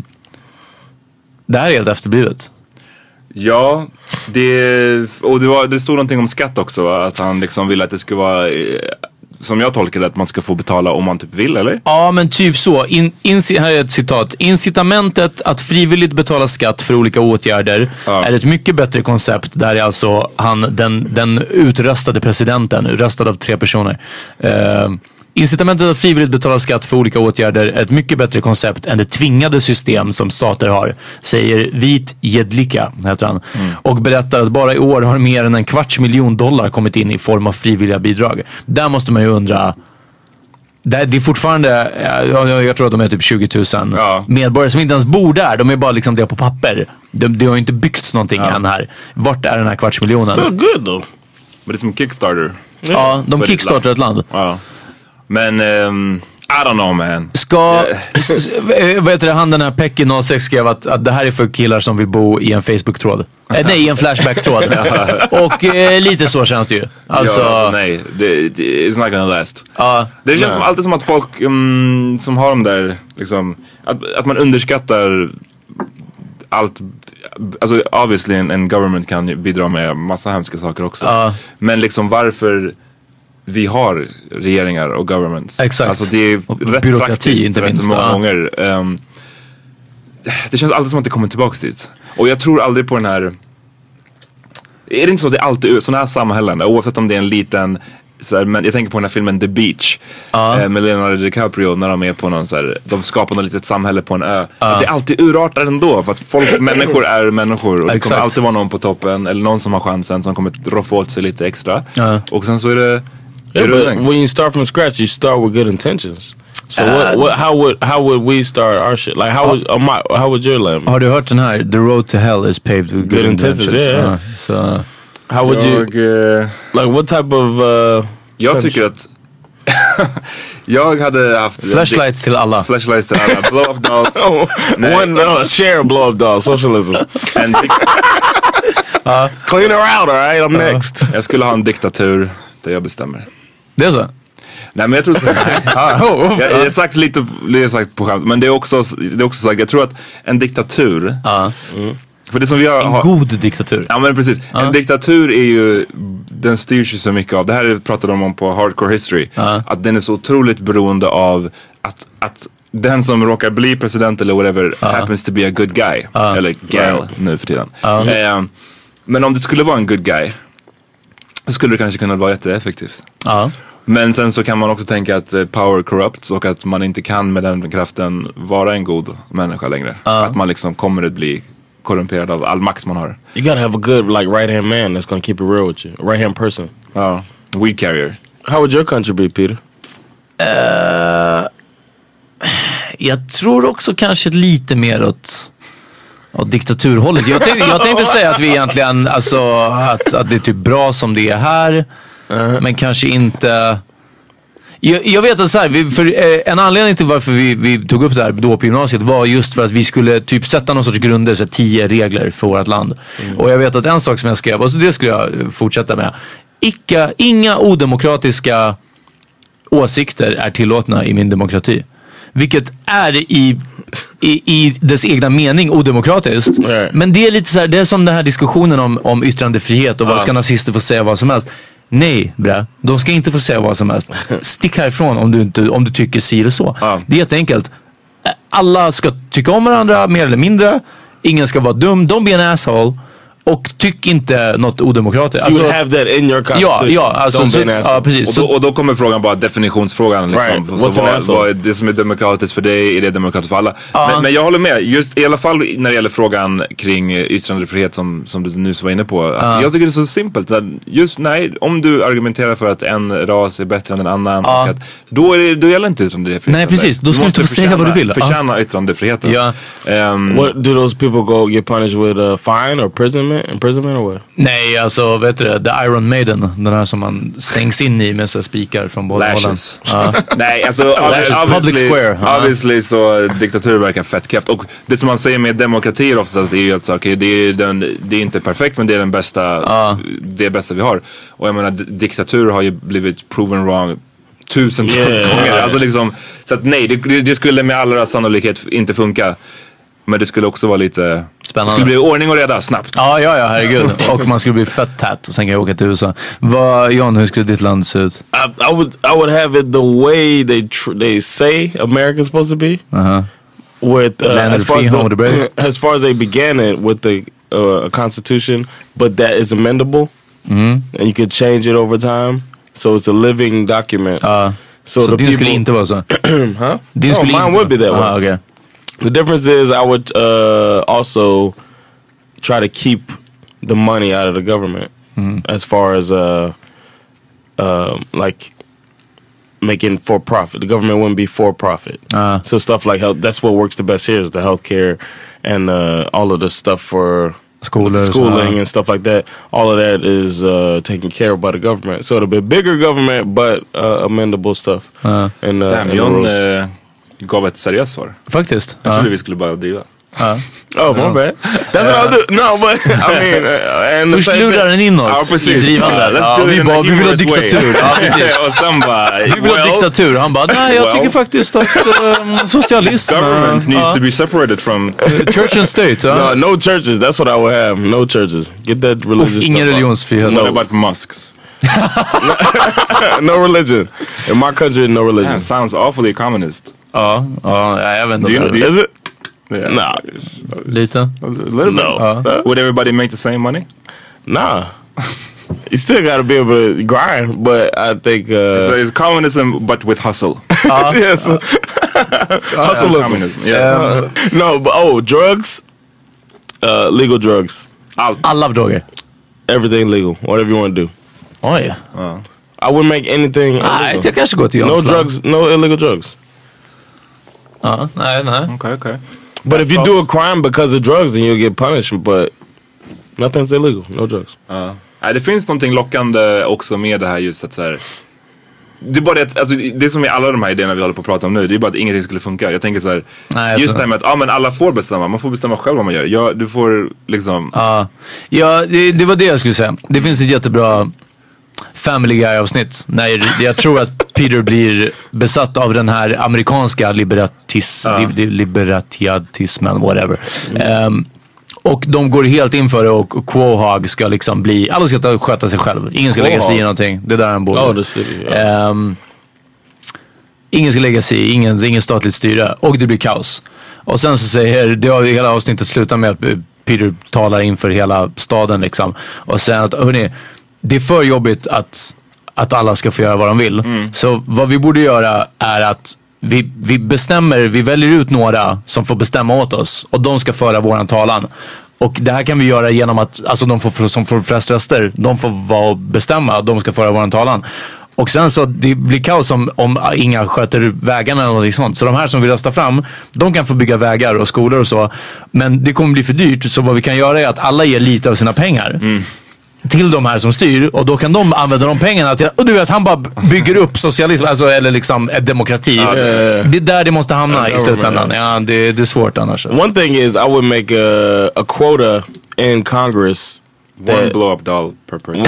det här är helt efterblivet.
Ja, det, och det, var, det stod någonting om skatt också. Att han liksom ville att det skulle vara, som jag tolkar det, att man ska få betala om man typ vill, eller?
Ja, men typ så. In, in, här är ett citat. Incitamentet att frivilligt betala skatt för olika åtgärder ja. Är ett mycket bättre koncept. Där är alltså han, den, den utröstade presidenten, röstad av tre personer. Uh, Incitamentet att frivilligt betala skatt för olika åtgärder är ett mycket bättre koncept än det tvingade system som stater har, säger Vit Jedlika, heter han. Mm. Och berättar att bara i år har mer än en kvarts miljon dollar kommit in i form av frivilliga bidrag. Där måste man ju undra, det är fortfarande, jag, jag tror att de är typ tjugo tusen ja. Medborgare som inte ens bor där, de är bara liksom det på papper. Det de har ju inte byggts någonting ja. Än här. Vart är den här kvarts miljonen?
Still good though.
Men det är som Kickstarter.
Ja, de kickstartar ett land.
Ja. Men um, I don't know man.
Ska s- vad heter det, han den här Peking noll sex skrev att, att det här är för killar som vill bo i en Facebook-tråd. eh, Nej, i en Flashback-tråd. Och eh, lite så känns det ju. Alltså,
ja, alltså nej, det, det, it's not gonna last.
uh,
Det känns nej. Som alltid som att folk um, som har de där liksom, att, att man underskattar allt. Alltså obviously en, en government kan bidra med massa hemska saker också. uh. Men liksom varför vi har regeringar och governments.
Exakt.
Alltså det är och rätt
byråkrati,
praktiskt
inte
rätt
minst,
många
ja.
gånger. Um, det känns alltid som att det kommer tillbaks dit. Och jag tror aldrig på den här. Är det inte så att det är alltid sådana här samhällen, oavsett om det är en liten så här, men jag tänker på den här filmen The Beach uh. eh, med Leonardo DiCaprio när de är på någon så här, de skapar något litet samhälle på en ö. Uh. Det är alltid urartar ändå för att folk, människor är människor och det kommer alltid vara någon på toppen eller någon som har chansen som kommer roffa åt sig lite extra. Uh. Och sen så är det
yeah, but when you start from scratch, you start with good intentions. So uh, what, what, how would how would we start our shit? Like how would uh, my, how would your land?
Har du hört den här? The road to hell is paved with good, good intentions. intentions. Yeah. Uh, so
how would jag, you uh, like what type of uh,
jag tycker att jag hade haft
flashlights till alla.
Flashlights till alla. Blow up dolls.
oh, one no, share a blow up doll. Socialism. And uh, clean her out, all right? I'm uh, next.
Jag skulle ha en diktatur där jag bestämmer.
Det är så?
Nej, men jag tror jag, jag har sagt lite, det är sagt på skämt, men det är också, det är också sagt, jag tror att en diktatur,
ja.
mm. för det som vi har,
en god diktatur.
Ja, men precis. Ja. En diktatur är ju, den styrs ju så mycket av, det här pratade de om på Hardcore History, ja. Att den är så otroligt beroende av att, att den som råkar bli president eller whatever ja. Happens to be a good guy, ja. Eller gal right. nu för tiden. Ja. Eh, men om det skulle vara en good guy så skulle det kanske kunna vara jätteeffektivt. Ja. Men sen så kan man också tänka att power corrupts och att man inte kan med den kraften vara en god människa längre. Uh. Att man liksom kommer att bli korrumperad av all makt man har.
You gotta have a good like right hand man that's gonna keep it real with you. A right hand person.
Ja. Uh, weed carrier.
How would your country be, Peter?
Uh, jag tror också kanske lite mer åt, åt diktaturhållet. Jag tänkte, jag tänkte säga att vi egentligen, alltså att, att det är typ bra som det är här. Uh-huh. Men kanske inte. Jag, jag vet att så här, vi, för eh, en anledning till varför vi, vi tog upp det här då på gymnasiet var just för att vi skulle typ sätta någon sorts grunder, så här, tio regler för vårt land. Mm. Och jag vet att en sak som jag skrev, och så det skulle jag fortsätta med. Icka, inga odemokratiska åsikter är tillåtna i min demokrati. Vilket är i, i, i dess egna mening odemokratiskt. Mm. Men det är lite så här, det är som den här diskussionen om, om yttrandefrihet och vad ska nazister få säga vad som helst. Nej, bra. De ska inte få säga vad som helst. Stick härifrån om du, inte, om du tycker si eller så. Ja. Det är helt enkelt. Alla ska tycka om varandra, mer eller mindre. Ingen ska vara dum. Don't be an asshole. Och tyck inte något odemokratiskt.
So alltså, you have that in your constitution.
Ja, ja, alltså, så, ja precis.
Och då, och då kommer frågan bara, definitionsfrågan liksom.
Right.
Så vad, vad är det som är demokratiskt för dig? Är det demokratiskt för alla? Uh. Men, men jag håller med, just i alla fall när det gäller frågan kring yttrandefrihet som, som du nyss var inne på. Att uh. Jag tycker det är så simpelt. Just nej, om du argumenterar för att en ras är bättre än en annan, uh. att, då, är det, då gäller inte yttrandefrihet.
Nej, precis. Då ska du inte få säga vad du vill.
Förtjäna uh. yttrandefriheten.
Yeah.
Um,
What, do those people go get punished with a fine or prison? Imprisonment or what?
Nej, alltså vet du det, The Iron Maiden, den här som man stängs in i med så spikar från båda hållen.
Uh. Nej, alltså obviously,
Public Square. Uh.
Obviously så diktatur verkar fett kräft. Och det som man säger med demokratier oftast är ju att okay, det, är den, det är inte perfekt, men det är den bästa, uh. det bästa vi har. Och jag menar, diktatur har ju blivit proven wrong tusentals yeah. gånger. Alltså liksom, så att nej, det, det skulle med allra sannolikhet inte funka. Men det skulle också vara lite spännande. Det skulle bli ordning och reda snabbt.
Ja, ja, ja, herregud. Och man skulle bli fett tät och sen kan jag åka till U S A. Vad, John, hur skulle ditt land se ut?
I, I, would, I would have it the way they tr- they say America's supposed to be. Uh-huh. With, uh, as, far as, the, as far as they began it with the uh, constitution, but that is amendable. Mm-hmm. And you could change it over time. So it's a living document. Uh,
so so din skulle inte vara så?
Huh?
Din
no,
skulle
mine
inte
would be that way.
Uh, okay.
The difference is I would uh, also try to keep the money out of the government mm. as far as uh, uh, like making for profit. The government wouldn't be for profit. Uh. So stuff like health, that's what works the best here is the healthcare and uh, all of the stuff for
Schoolers,
schooling
uh.
and stuff like that. All of that is uh, taken care of by the government. So it'll be a bigger government but uh, amendable stuff. Uh. And, uh,
Damn,
and
John uh, gav ett seriöst svar.
Faktiskt.
Jag trodde uh. vi skulle bara driva.
Uh. Oh, my bad. That's what I'll do. No, but I mean, uh, and
först lurar den in oss
ja, precis.
I drivandet.
Ja, ja,
vi bara, vi vill ha diktatur. Ja, precis.
Och sen bara,
vi vill well, ha diktatur. Han bara, nej, jag well, tycker faktiskt att um, socialism.
Government uh, needs uh, to be separated from
church and state. Uh.
No, no churches. That's what I would have. No churches. Get that religious
Uff, ingen religionsfrihet.
No. What about mosques?
No religion. In my country, no religion.
Damn, sounds awfully communist.
Ja, ja, jag vet inte.
Do you, do you,
is it?
Yeah.
Nah.
Lite?
A little bit.
No.
Uh, Would everybody make the same money?
Nah. You still got to be able to grind, but I think... Uh,
so it's communism, but with hustle.
Uh, yes. Uh, Hustleism.
Communism, yeah.
Uh, no, but oh, drugs. Uh, legal drugs.
Out. Alla droger.
Everything legal. Whatever you want to do.
Oh, yeah.
Uh. I wouldn't make anything
illegal. Jag kanske går till
No drugs, no illegal drugs.
Ja, nej, nej.
Okay, okay.
But if you do a crime because of drugs, then you'll get punished. But nothing's illegal, no drugs.
Uh. Nej, det finns någonting lockande också med det här just att så här, det är bara det, alltså, det som är alla de här idéerna vi håller på att prata om nu, det är bara att ingenting skulle funka. Jag tänker så här, nej, just det här med att ja, men alla får bestämma, man får bestämma själv vad man gör. Ja, du får liksom...
Ja, ja det, det var det jag skulle säga. Det finns ett jättebra Family Guy-avsnitt. När jag tror att Peter blir besatt av den här amerikanska liberatis,
Ja.
li, liberatiatismen, whatever. Mm. Um, och de går helt in för det och, och Quahog ska liksom bli, alla ska ta, sköta sig själv. Ingen ska lägga sig i någonting. Det är där han bor.
Oh, the city, yeah.
um, ingen ska lägga sig i, ingen, ingen statligt styre. Och det blir kaos. Och sen så säger, det har hela avsnittet slutar med att Peter talar inför hela staden liksom. Och sen att, hörni, det är för jobbigt att, att alla ska få göra vad de vill. Mm. Så vad vi borde göra är att vi, vi bestämmer, vi väljer ut några som får bestämma åt oss. Och de ska föra våran talan. Och det här kan vi göra genom att, alltså de får, som får flest röster, de får vara och bestämma, de ska föra våran talan. Och sen så det blir kaos om, om inga sköter vägarna eller något sånt. Så de här som vill rösta fram, de kan få bygga vägar och skolor och så. Men det kommer bli för dyrt, så vad vi kan göra är att alla ger lite av sina pengar. Mm. Till de här som styr, och då kan de använda de pengarna till, och du vet, han bara bygger upp socialism, alltså, eller liksom demokrati. Ja, det, det är där det måste hamna i slutändan. Ja, det, det är svårt annars.
One thing is I would make a, a quota in Congress.
One blow up doll per person.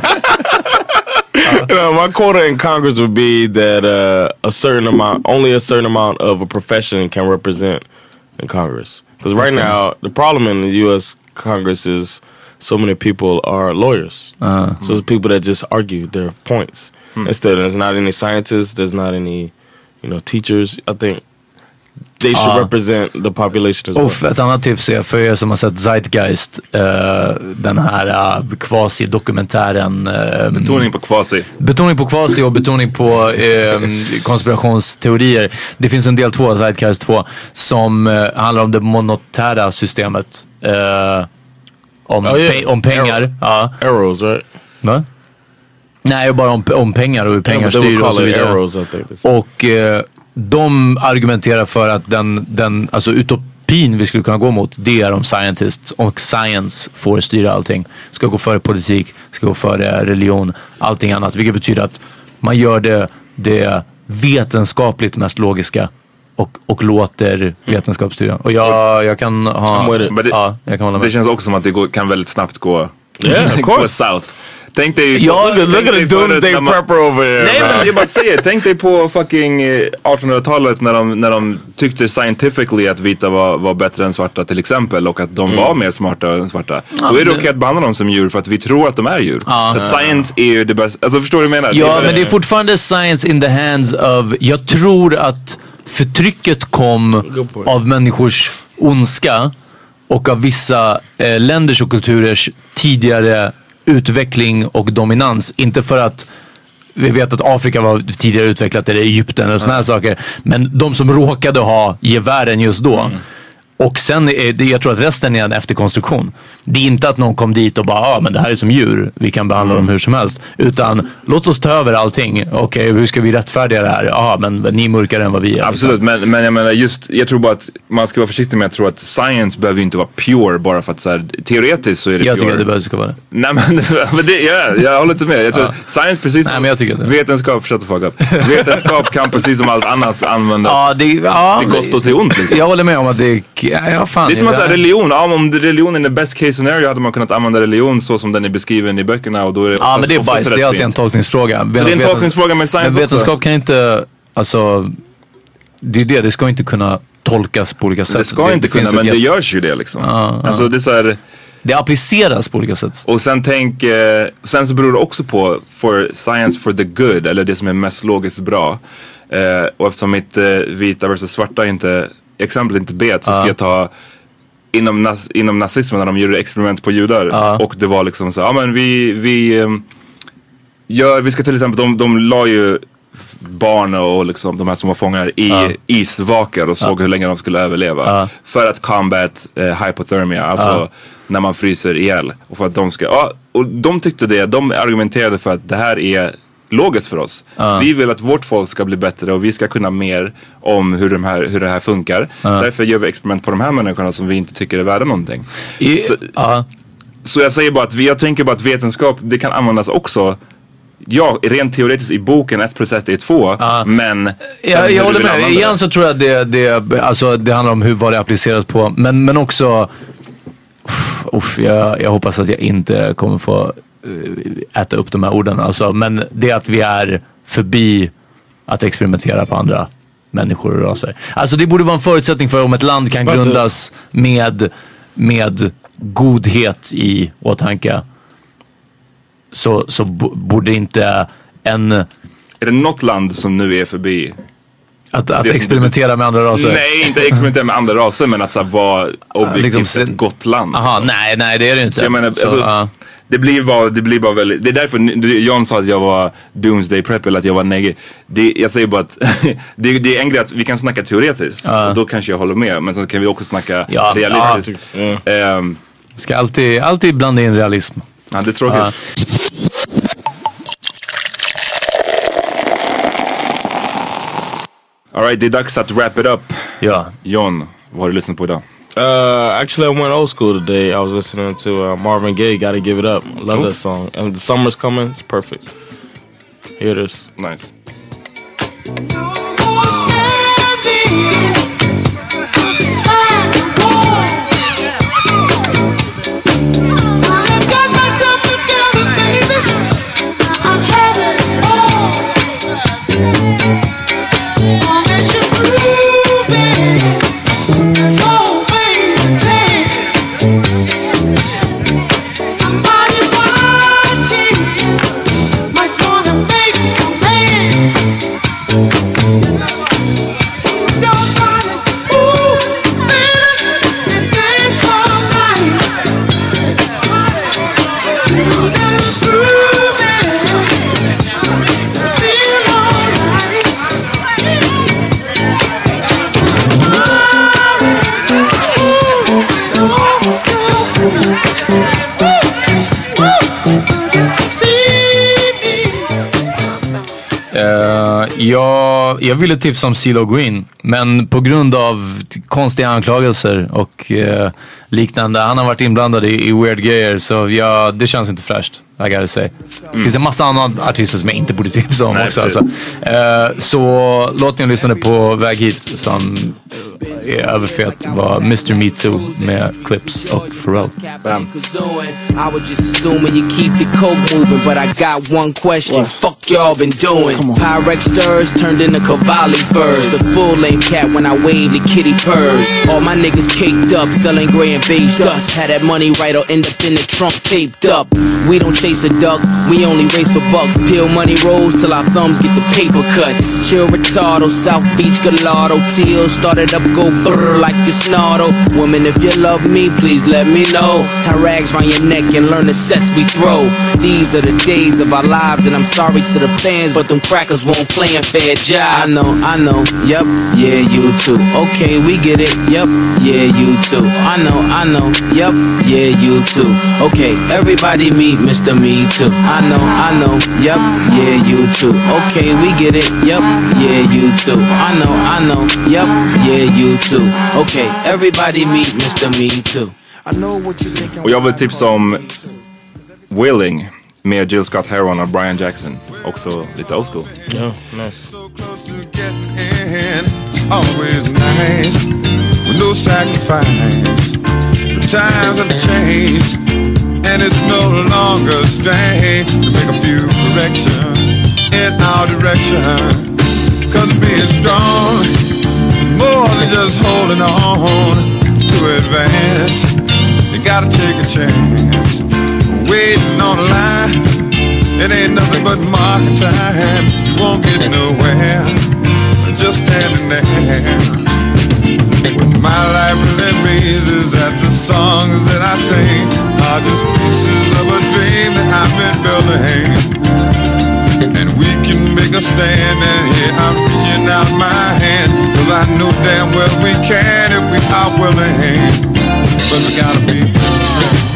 You know, my quota in Congress would be that uh, a certain amount, only a certain amount of a profession can represent in Congress. Because right okay. now, the problem in the U S Congress is so many people are lawyers. Uh, so it's people that just argue their points. Hmm. Instead, there's not any scientists, there's not any, you know, teachers. I think they should uh, represent the population as
well. Ett annat tips är för er som har sett Zeitgeist, uh, den här uh, quasi-dokumentären. Uh,
betoning på quasi.
Betoning på quasi och betoning på uh, konspirationsteorier. Det finns en del två, Zeitgeist två, som uh, handlar om det monetära systemet. Uh, Om, oh, yeah. pe- om pengar.
Arrow.
Ja.
Arrows, right?
Va? Nej, bara om, om pengar och hur pengar yeah, styr och så vidare.
Arrows,
och eh, de argumenterar för att den, den alltså utopin vi skulle kunna gå mot, det är om scientists och science får styra allting. Ska gå före politik, ska gå före religion, allting annat. Vilket betyder att man gör det, det vetenskapligt mest logiska. Och, och låter vetenskap styra. Och jag, jag kan ha...
Det,
ja, jag kan hålla med.
Det känns också som att det går, kan väldigt snabbt gå,
yeah,
gå south. Tänk dig...
Ja, look, look at the doomsday prepper over here.
Nej, men jag bara säger, tänk dig på fucking artonhundratalet när de, när de tyckte scientifically att vita var, var bättre än svarta till exempel, och att de mm. var mer smarta än svarta. Ja, Då är det okej att behandla dem som djur för att vi tror att de är djur. Ja. Så att science är ju det bästa. Alltså förstår du vad jag menar?
Ja,
det är
men det är fortfarande science in the hands of... Jag tror att förtrycket kom av människors ondska och av vissa eh, länders och kulturers tidigare utveckling och dominans. Inte för att vi vet att Afrika var tidigare utvecklat, eller Egypten eller såna här saker. Men de som råkade ha gevären just då. Mm. Och sen, är det, jag tror att resten är en efterkonstruktion. Det är inte att någon kom dit och bara, ja ah, men det här är som djur, vi kan behandla mm. dem hur som helst. Utan, låt oss ta över allting. Okej, okay, hur ska vi rättfärdiga det här? Ja, ah, men ni är mörkare än vad vi är.
Absolut, liksom. men, men jag menar just, jag tror bara att man ska vara försiktig med att tro att science behöver inte vara pure bara för att så här, teoretiskt så är det
jag
pure.
Jag tycker att det behöver ska vara det.
Nej men, men det, ja, jag håller inte med. Jag tror ja. science precis som
Nej, jag
vetenskap, shut the fuck up. Vetenskap kan precis som allt annat användas
ja, det, ja,
till gott och till ont liksom.
Jag håller med om att det ja, fan,
det är som att säga religion. Ja, om religionen är best case scenario hade man kunnat använda religion så som den är beskriven i böckerna, och då är det
ja, men det är bajs. Det är alltid en tolkningsfråga.
Det är en tolkningsfråga med science.
Men vetenskap kan inte, alltså det är det, det ska inte kunna tolkas på olika sätt.
Det ska
det,
inte
det
kunna, men det görs ju det liksom.
Ja,
alltså
ja.
det är så här,
det appliceras på olika sätt.
Och sen tänk, eh, sen så beror det också på for science for the good, eller det som är mest logiskt bra. Eh, och eftersom mitt eh, vita versus svarta inte, exempel inte bet, så ska uh. jag ta inom, nas, inom nazismen när de gjorde experiment på judar. Uh. Och det var liksom så, ja men vi, vi um, gör, vi ska till exempel, de, de la ju barn och liksom de här som var fångar i uh. isvakar och såg uh. hur länge de skulle överleva. Uh. För att combat eh, hypothermia, alltså uh. när man fryser ihjäl. Och för att de ska, ja, och de tyckte det, de argumenterade för att det här är logiskt för oss. Uh. Vi vill att vårt folk ska bli bättre och vi ska kunna mer om hur, de här, hur det här funkar. Uh. Därför gör vi experiment på de här människorna som vi inte tycker är värda någonting. I, så, uh. så jag säger bara att jag tänker bara att vetenskap, det kan användas också. Ja, rent teoretiskt i boken ett plus ett är två, uh. men
ja, jag håller med. Igen så tror jag det, det, alltså, det handlar om hur vad det appliceras på. Men, men också uff, uff, jag, jag hoppas att jag inte kommer få äta upp de här orden. Alltså, men det är att vi är förbi att experimentera på andra människor och raser. Alltså det borde vara en förutsättning för om ett land kan grundas med, med godhet i åtanke. Så, så b- borde inte en...
Är det något land som nu är förbi?
Att, att experimentera du... med andra raser?
Nej, inte experimentera med andra raser, men att så här, vara objektivt liksom, ett gott land.
Aha, nej, nej det är det inte.
Så jag menar,
så,
alltså,
uh.
det blir bara, det blir bara väldigt, det är därför John sa att jag var doomsday prep eller att jag var negativ. Det, jag säger bara att det, det är en grej att vi kan snacka teoretiskt uh. och då kanske jag håller med, men så kan vi också snacka ja, realistiskt. Ja. Mm. Um,
Ska alltid, alltid blanda in realism.
Ja, det är tråkigt. Uh. Alright, det är dags att wrap it up.
Ja.
John, vad har du lyssnat på idag?
Uh, actually, I went old school today. I was listening to uh, Marvin Gaye, Gotta Give It Up. I love Oof. that song. And the summer's coming, it's perfect. Here it is.
Nice.
Jag, jag ville tipsa om CeeLo Green, men på grund av konstiga anklagelser och eh, liknande, han har varit inblandad i, i weird grejer, så ja, det känns inte fräscht, I gotta say. Mm. Det finns en massa andra artister som jag inte borde tipsa om. Nej, också alltså. eh, Så låten jag lyssnade på väg hit som är överfet var mister Me Too med Clips och Pharrell. Bam.
I was just assuming you keep the coke moving, but I got one question. What? Fuck y'all been doing? Pyrex stirs turned into Cavalli furs. The full length cat when I wave the kitty purrs. All my niggas caked up, selling gray and beige dust. Had that money right, or end up in the trunk taped up. We don't chase a duck, we only race for bucks. Peel money rolls till our thumbs get the paper cuts. Chill retardo, South Beach Gallardo. Teal started up, go brrr like this nardo. Woman, if you love me, please let me know. Tie rags round your neck and learn the sets we throw. These are the days of our lives, and I'm sorry to the fans, but them crackers won't play in fair jive. I know, I know, yep, yeah, you too. Okay, we get it, yep, yeah, you too. I know, I know, yep, yeah, you too. Okay, everybody meet Mister Me Too. I know, I know, yep, yeah, you too. Okay, we get it, yep, yeah, you too. I know, I know, yep, yeah, you too. Okay, everybody meet Mister Me Too.
Och jag vill tipsa om Willing med Jill Scott Heron och Brian Jackson. Också lite old school.
Yeah, nice.
It's always nice with no sacrifice. The times have changed, and it's no longer strange to make a few corrections in our direction. Cause being strong is more than just holding on to advance. You gotta take a chance. Waiting on a line, it ain't nothing but market time. You won't get nowhere, just standing there. What my life really means is that the songs that I sing are just pieces of a dream that I've been building. And we can make a stand, and here I'm reaching out my hand, cause I know damn well we can if we are willing. But we gotta be willing.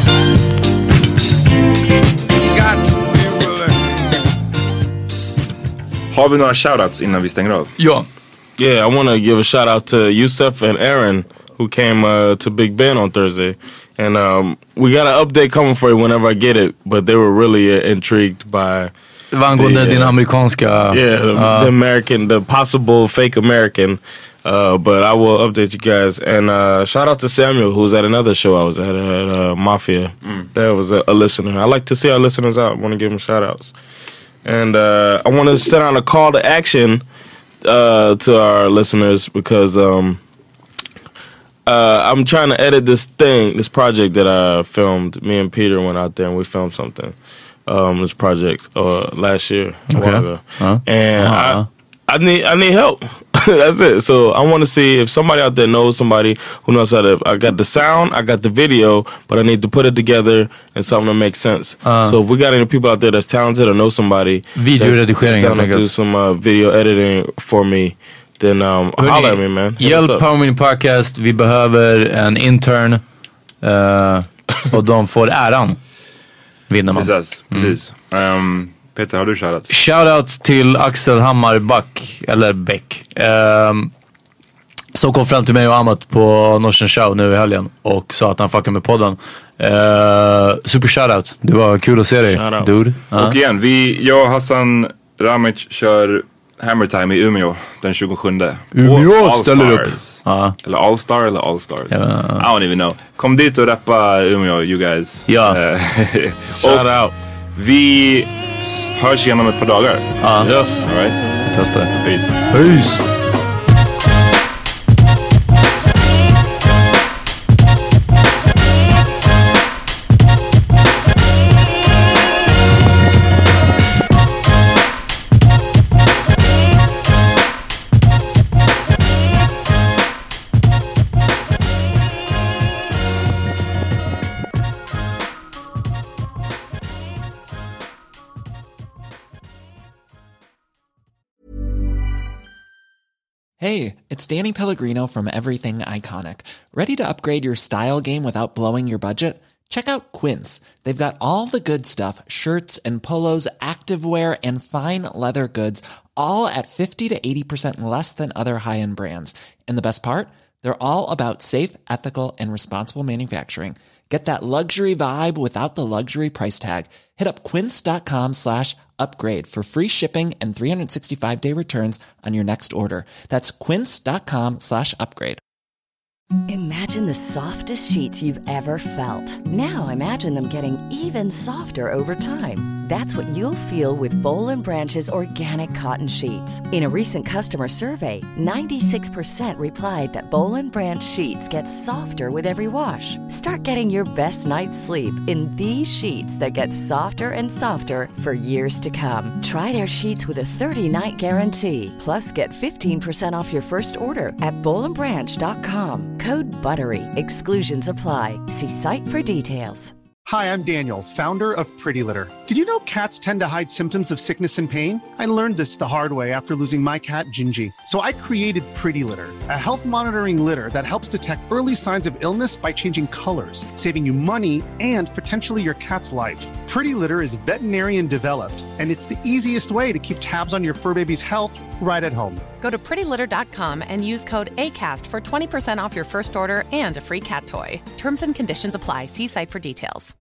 Har vi några shoutouts innan vi stänger av?
Ja.
Yeah, I want to give a shout out to Yusuf and Aaron who came uh, to Big Ben on Thursday. And um, we got an update coming for you whenever I get it. But they were really uh, intrigued by...
Angående din amerikanska...
Yeah, the, uh, the American, the possible fake American. Uh, but I will update you guys. And uh, shout out to Samuel, who was at another show I was at, at uh, Mafia. Mm. That was a, a listener. I like to see our listeners out. I want to give them shout outs. And uh, I want to send out a call to action uh, to our listeners because um, uh, I'm trying to edit this thing, this project that I filmed. Me and Peter went out there and we filmed something. Um, this project uh, last year.
Okay.
Uh-huh. And uh-huh. I, I need I need help. That's it. So I want to see if somebody out there knows somebody who knows how to. I got the sound, I got the video, but I need to put it together and something that makes sense. Uh, so if we got any people out there that's talented or know somebody
videoredigering,
that's down to do some uh, video editing for me, then um, holla at me, man.
Hjälp Power Meeting Podcast. Vi behöver en intern uh, och de får äran. Vinner man.
Precis. Precis. Mm. Um, Peter, har du shoutout?
Shoutout till Axel Hammarback, eller Bäck, um, som kom fram till mig och Amat på Norsen Show nu i helgen och sa att han fuckar med podden. Uh, super shoutout. Det var kul att se dig, shoutout. Dude. Uh.
Och igen, vi, jag och Hassan Ramic kör Hammer Time i Umeå den tjugosjunde.
Umeå ställer upp.
Uh. Eller All Star eller All Stars. Yeah. I don't even know. Kom dit och rappa Umeå, you guys.
Ja. Yeah. Shoutout.
Vi hörs igen om ett par dagar.
Ja.
Uh. Yes. All right.
Testa.
Peace.
Peace.
Hey, it's Danny Pellegrino from Everything Iconic. Ready to upgrade your style game without blowing your budget? Check out Quince. They've got all the good stuff, shirts and polos, activewear, and fine leather goods, all at fifty to eighty percent less than other high-end brands. And the best part? They're all about safe, ethical, and responsible manufacturing. Get that luxury vibe without the luxury price tag. Hit up quince.com slash upgrade for free shipping and three sixty-five day returns on your next order. That's quince.com slash upgrade.
Imagine the softest sheets you've ever felt. Now imagine them getting even softer over time. That's what you'll feel with Boll and Branch's organic cotton sheets. In a recent customer survey, ninety-six percent replied that Boll and Branch sheets get softer with every wash. Start getting your best night's sleep in these sheets that get softer and softer for years to come. Try their sheets with a thirty night guarantee. Plus, get fifteen percent off your first order at boll and branch dot com. Code BUTTERY. Exclusions apply. See site for details.
Hi, I'm Daniel, founder of Pretty Litter. Did you know cats tend to hide symptoms of sickness and pain? I learned this the hard way after losing my cat, Gingy. So I created Pretty Litter, a health monitoring litter that helps detect early signs of illness by changing colors, saving you money and potentially your cat's life. Pretty Litter is veterinarian developed, and it's the easiest way to keep tabs on your fur baby's health right at home.
Go to pretty litter dot com and use code ACAST for twenty percent off your first order and a free cat toy. Terms and conditions apply. See site for details.